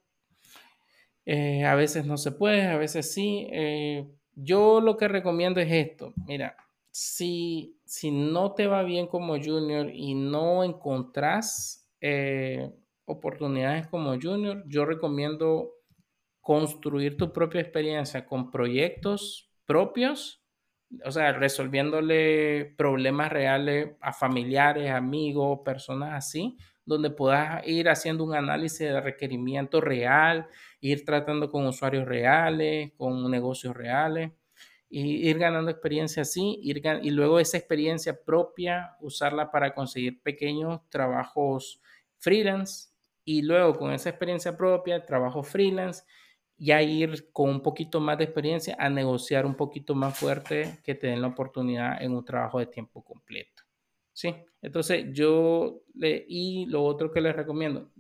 Eh, a veces no se puede, a veces sí. Eh, yo lo que recomiendo es esto. Mira, si, si no te va bien como junior y no encontrás eh, oportunidades como junior, yo recomiendo construir tu propia experiencia con proyectos propios o sea, resolviéndole problemas reales a familiares, amigos, personas así, donde puedas ir haciendo un análisis de requerimiento real, ir tratando con usuarios reales, con negocios reales, y ir ganando experiencia así, ir gan- y luego esa experiencia propia usarla para conseguir pequeños trabajos freelance, y luego con esa experiencia propia, trabajo freelance, ya ir con un poquito más de experiencia a negociar un poquito más fuerte que te den la oportunidad en un trabajo de tiempo completo. Sí, entonces yo, le, y lo otro que les recomiendo,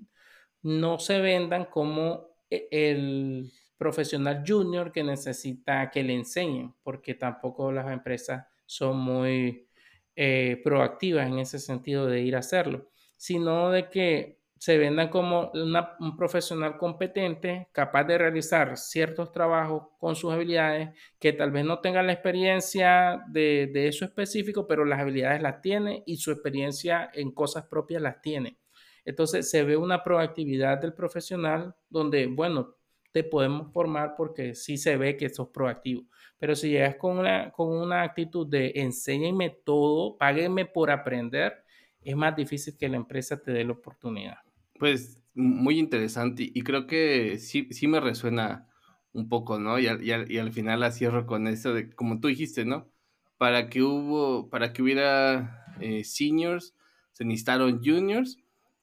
no se vendan como e- el profesional junior que necesita que le enseñen, porque tampoco las empresas son muy eh, proactivas en ese sentido de ir a hacerlo, sino de que se vendan como una- un profesional competente, capaz de realizar ciertos trabajos con sus habilidades, que tal vez no tenga la experiencia de, de eso específico, pero las habilidades las tiene y su experiencia en cosas propias las tiene. Entonces se ve una proactividad del profesional donde, bueno, te podemos formar porque sí se ve que sos proactivo. Pero si llegas con una, con una actitud de enséñenme todo, páguenme por aprender, es más difícil que la empresa te dé la oportunidad. Pues, muy interesante, y creo que sí sí me resuena un poco, ¿no? Y al y al y al final la cierro con eso de como tú dijiste, ¿no? Para que hubo para que hubiera, eh, seniors, se necesitaron juniors,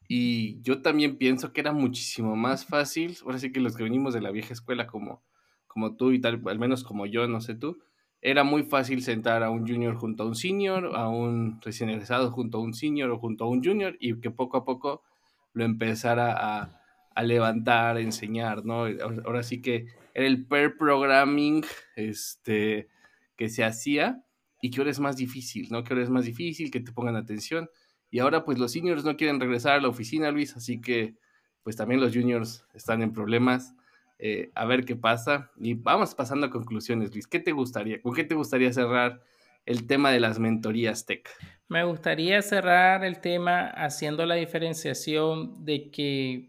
y yo también pienso que era muchísimo más fácil, ahora sí que los que venimos de la vieja escuela como como tú y tal, al menos como yo, no sé tú, era muy fácil sentar a un junior junto a un senior, a un recién egresado junto a un senior o junto a un junior, y que poco a poco lo empezara a, a levantar, a enseñar, ¿no? Ahora sí que era el pair programming este, que se hacía y que ahora es más difícil, ¿no? Que ahora es más difícil que te pongan atención. Y ahora pues los seniors no quieren regresar a la oficina, Luis, así que pues también los juniors están en problemas. Eh, a ver qué pasa. Y vamos pasando a conclusiones, Luis. ¿Qué te gustaría? ¿Con qué te gustaría cerrar el tema de las mentorías tech? Me gustaría cerrar el tema haciendo la diferenciación de que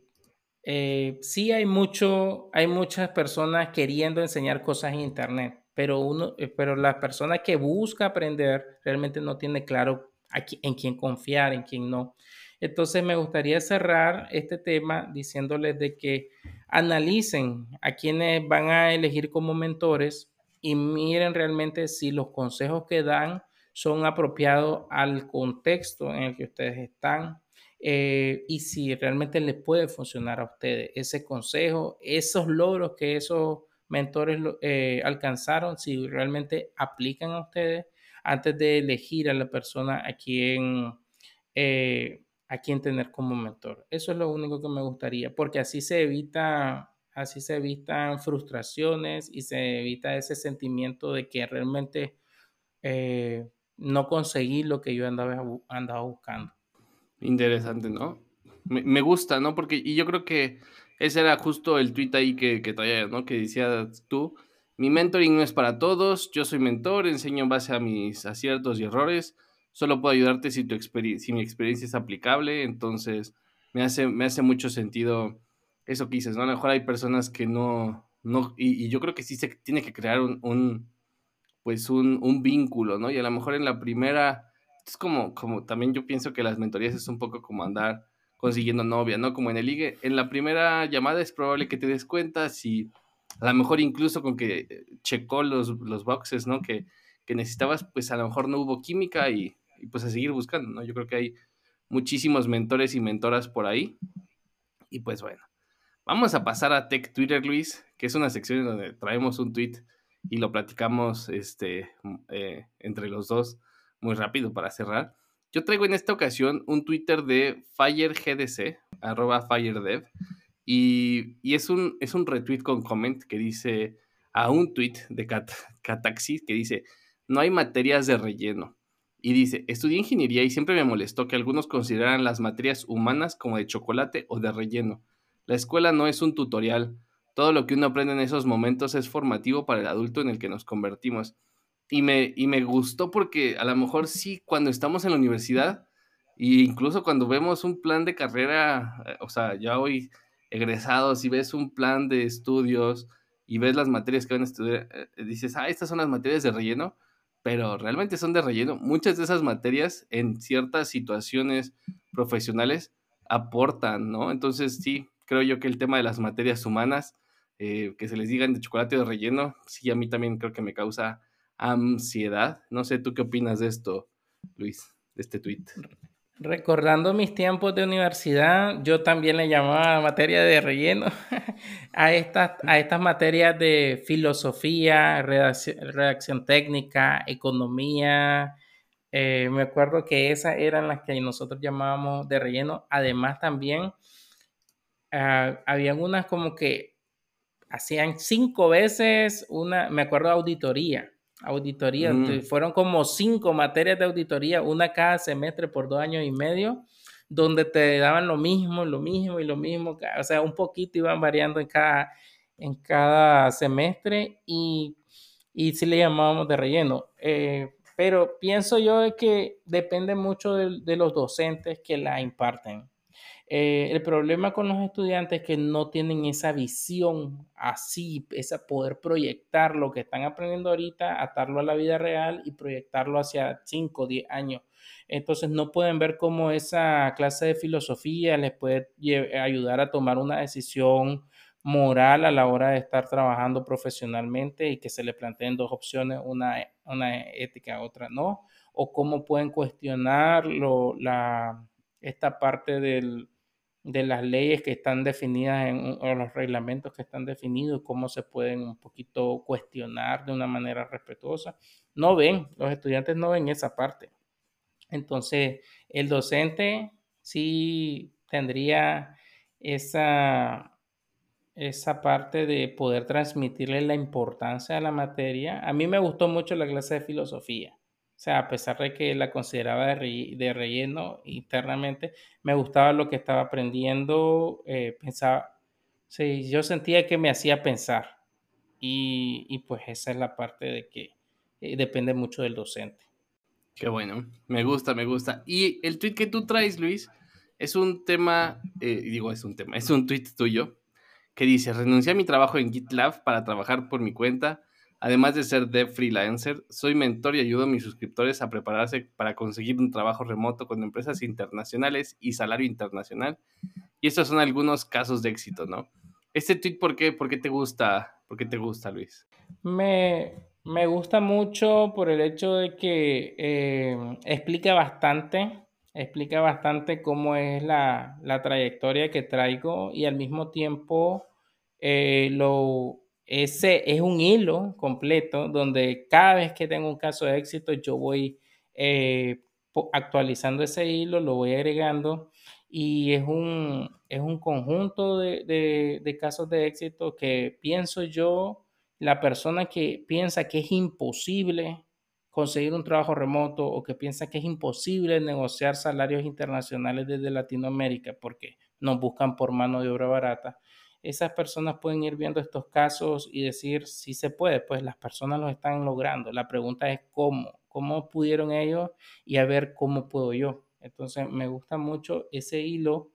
eh, sí hay mucho, hay muchas personas queriendo enseñar cosas en internet, pero uno, eh, pero la persona que busca aprender realmente no tiene claro a qui- en quién confiar, en quién no. Entonces me gustaría cerrar este tema diciéndoles de que analicen a quienes van a elegir como mentores y miren realmente si los consejos que dan son apropiados al contexto en el que ustedes están, eh, y si realmente les puede funcionar a ustedes ese consejo, esos logros que esos mentores eh, alcanzaron, si realmente aplican a ustedes antes de elegir a la persona a quien, eh, a quien tener como mentor. Eso es lo único que me gustaría, porque así se evita, así se evitan frustraciones y se evita ese sentimiento de que realmente eh, no conseguí lo que yo andaba, andaba buscando. Interesante, ¿no? Me, me gusta, ¿no? Porque, y yo creo que ese era justo el tweet ahí que, que traía, ¿no? Que decías tú, mi mentoring no es para todos, yo soy mentor, enseño en base a mis aciertos y errores, solo puedo ayudarte si, tu experi- si mi experiencia es aplicable, entonces me hace, me hace mucho sentido eso que dices, ¿no? A lo mejor hay personas que no, no, y, y yo creo que sí se tiene que crear un, un pues un, un vínculo, ¿no? Y a lo mejor en la primera, es como, como también yo pienso que las mentorías es un poco como andar consiguiendo novia, ¿no? Como en el ligue, en la primera llamada es probable que te des cuenta si a lo mejor incluso con que eh, checó los, los boxes, ¿no? Que, que necesitabas, pues a lo mejor no hubo química y, y pues a seguir buscando, ¿no? Yo creo que hay muchísimos mentores y mentoras por ahí y pues bueno. Vamos a pasar a Tech Twitter, Luis, que es una sección en donde traemos un tweet y lo platicamos este, eh, entre los dos muy rápido para cerrar. Yo traigo en esta ocasión un Twitter de FireGDC, arroba FireDev, y, y es, un, es un retweet con comment que dice a un tweet de Cat, Cataxis que dice, no hay materias de relleno. Y dice, estudié ingeniería y siempre me molestó que algunos consideraran las materias humanas como de chocolate o de relleno. La escuela no es un tutorial. Todo lo que uno aprende en esos momentos es formativo para el adulto en el que nos convertimos. Y me, y me gustó porque a lo mejor sí, cuando estamos en la universidad, e incluso cuando vemos un plan de carrera, eh, o sea, ya hoy egresados y ves un plan de estudios y ves las materias que van a estudiar, eh, dices, ah, estas son las materias de relleno, pero realmente son de relleno. Muchas de esas materias en ciertas situaciones profesionales aportan, ¿no? Entonces sí, creo yo que el tema de las materias humanas, eh, que se les digan de chocolate de relleno, sí, a mí también creo que me causa ansiedad. No sé, ¿tú qué opinas de esto, Luis, de este tweet? Recordando mis tiempos de universidad, yo también le llamaba materia de relleno a estas, a estas materias de filosofía, redacción, redacción técnica, economía. Eh, me acuerdo que esas eran las que nosotros llamábamos de relleno. Además, también uh, habían unas como que hacían cinco veces una, me acuerdo, auditoría. Auditoría, Mm. fueron como cinco materias de auditoría, una cada semestre por dos años y medio, donde te daban lo mismo, lo mismo y lo mismo, o sea, un poquito iban variando en cada, en cada semestre y, y sí le llamábamos de relleno. Eh, pero pienso yo de que depende mucho de, de los docentes que la imparten. Eh, el problema con los estudiantes es que no tienen esa visión así, esa poder proyectar lo que están aprendiendo ahorita, atarlo a la vida real y proyectarlo hacia cinco o diez años. Entonces no pueden ver cómo esa clase de filosofía les puede ayudar a tomar una decisión moral a la hora de estar trabajando profesionalmente y que se le planteen dos opciones, una, una ética, otra no, o cómo pueden cuestionar lo, la, esta parte del, de las leyes que están definidas en, o los reglamentos que están definidos, cómo se pueden un poquito cuestionar de una manera respetuosa. No ven, los estudiantes no ven esa parte. Entonces, el docente sí tendría esa, esa parte de poder transmitirle la importancia de la materia. A mí me gustó mucho la clase de filosofía. O sea, a pesar de que la consideraba de, re, de relleno internamente, me gustaba lo que estaba aprendiendo, eh, pensaba, sí, yo sentía que me hacía pensar y, y pues esa es la parte de que eh, depende mucho del docente. Qué bueno, me gusta, me gusta. Y el tweet que tú traes, Luis, es un tema, eh, digo, es un tema, es un tweet tuyo que dice, renuncié a mi trabajo en GitLab para trabajar por mi cuenta. Además de ser dev freelancer, soy mentor y ayudo a mis suscriptores a prepararse para conseguir un trabajo remoto con empresas internacionales y salario internacional. Y estos son algunos casos de éxito, ¿no? Este tweet, ¿por qué? ¿Por qué te gusta? ¿Por qué te gusta, Luis? Me, me gusta mucho por el hecho de que eh, explica bastante, explica bastante cómo es la, la trayectoria que traigo y al mismo tiempo eh, lo, ese es un hilo completo donde cada vez que tengo un caso de éxito yo voy eh, actualizando ese hilo, lo voy agregando y es un, es un conjunto de, de, de casos de éxito que pienso yo la persona que piensa que es imposible conseguir un trabajo remoto o que piensa que es imposible negociar salarios internacionales desde Latinoamérica porque nos buscan por mano de obra barata, esas personas pueden ir viendo estos casos y decir si se puede, pues las personas lo están logrando. La pregunta es cómo, cómo pudieron ellos y a ver cómo puedo yo. Entonces me gusta mucho ese hilo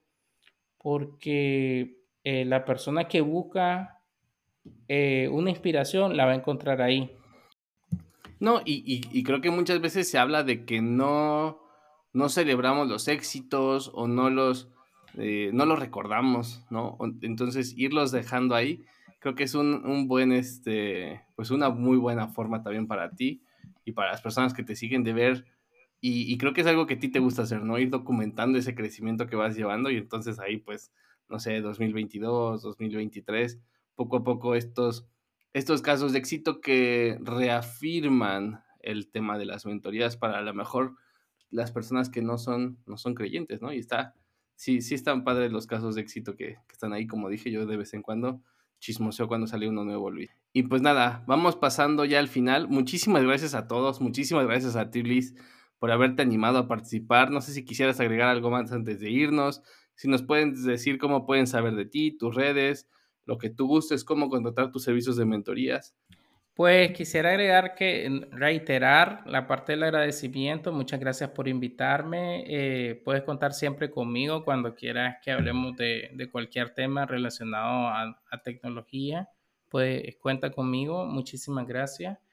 porque eh, la persona que busca eh, una inspiración la va a encontrar ahí. No, y, y, y creo que muchas veces se habla de que no, no celebramos los éxitos o no los, eh, no los recordamos, ¿no? Entonces, irlos dejando ahí, creo que es un, un buen, este, pues una muy buena forma también para ti y para las personas que te siguen de ver. Y, y creo que es algo que a ti te gusta hacer, ¿no? Ir documentando ese crecimiento que vas llevando y entonces ahí, pues, no sé, dos mil veintidós, dos mil veintitrés, poco a poco estos estos casos de éxito que reafirman el tema de las mentorías para a lo mejor las personas que no son, no son creyentes, ¿no? Y está, sí, sí están padres los casos de éxito que, que están ahí, como dije yo de vez en cuando, chismoseo cuando sale uno nuevo, Luis. Y pues nada, vamos pasando ya al final. Muchísimas gracias a todos, muchísimas gracias a ti, Luis, por haberte animado a participar. No sé si quisieras agregar algo más antes de irnos, si nos pueden decir cómo pueden saber de ti, tus redes, lo que tú gustes, cómo contratar tus servicios de mentorías. Pues quisiera agregar que reiterar la parte del agradecimiento. Muchas gracias por invitarme. Eh, puedes contar siempre conmigo cuando quieras que hablemos de, de cualquier tema relacionado a, a tecnología. Pues cuenta conmigo. Muchísimas gracias.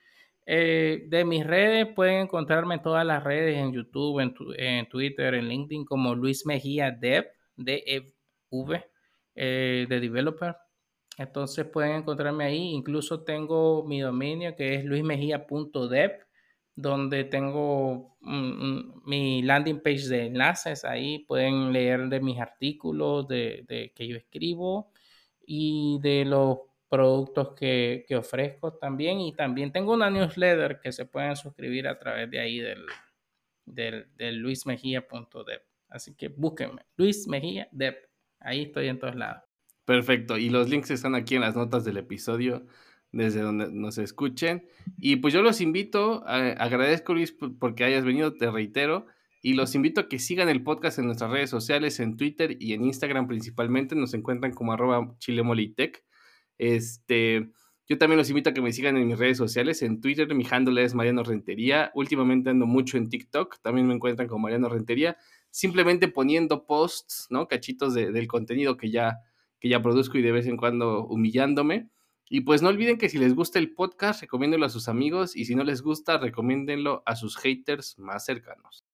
Eh, de mis redes pueden encontrarme en todas las redes, en YouTube, en, tu- en Twitter, en LinkedIn, como Luis Mejía Dev, D E V, eh, de Developer. Entonces pueden encontrarme ahí. Incluso tengo mi dominio que es luismejia.dev, donde tengo mm, mm, mi landing page de enlaces. Ahí pueden leer de mis artículos de, de que yo escribo y de los productos que, que ofrezco también. Y también tengo una newsletter que se pueden suscribir a través de ahí del, del, del luismejia.dev. Así que búsquenme, Luis Mejía Dev. Ahí estoy en todos lados. Perfecto, y los links están aquí en las notas del episodio, desde donde nos escuchen. Y pues yo los invito, a- agradezco Luis por- porque hayas venido, te reitero, y los invito a que sigan el podcast en nuestras redes sociales, en Twitter y en Instagram principalmente, nos encuentran como arroba chilemolitech. Este, yo también los invito a que me sigan en mis redes sociales, en Twitter mi handle es Mariano Rentería, últimamente ando mucho en TikTok, también me encuentran como Mariano Rentería, simplemente poniendo posts, ¿no? Cachitos de- del contenido que ya que ya produzco y de vez en cuando humillándome. Y pues no olviden que si les gusta el podcast, recomiéndenlo a sus amigos y si no les gusta, recomiéndenlo a sus haters más cercanos.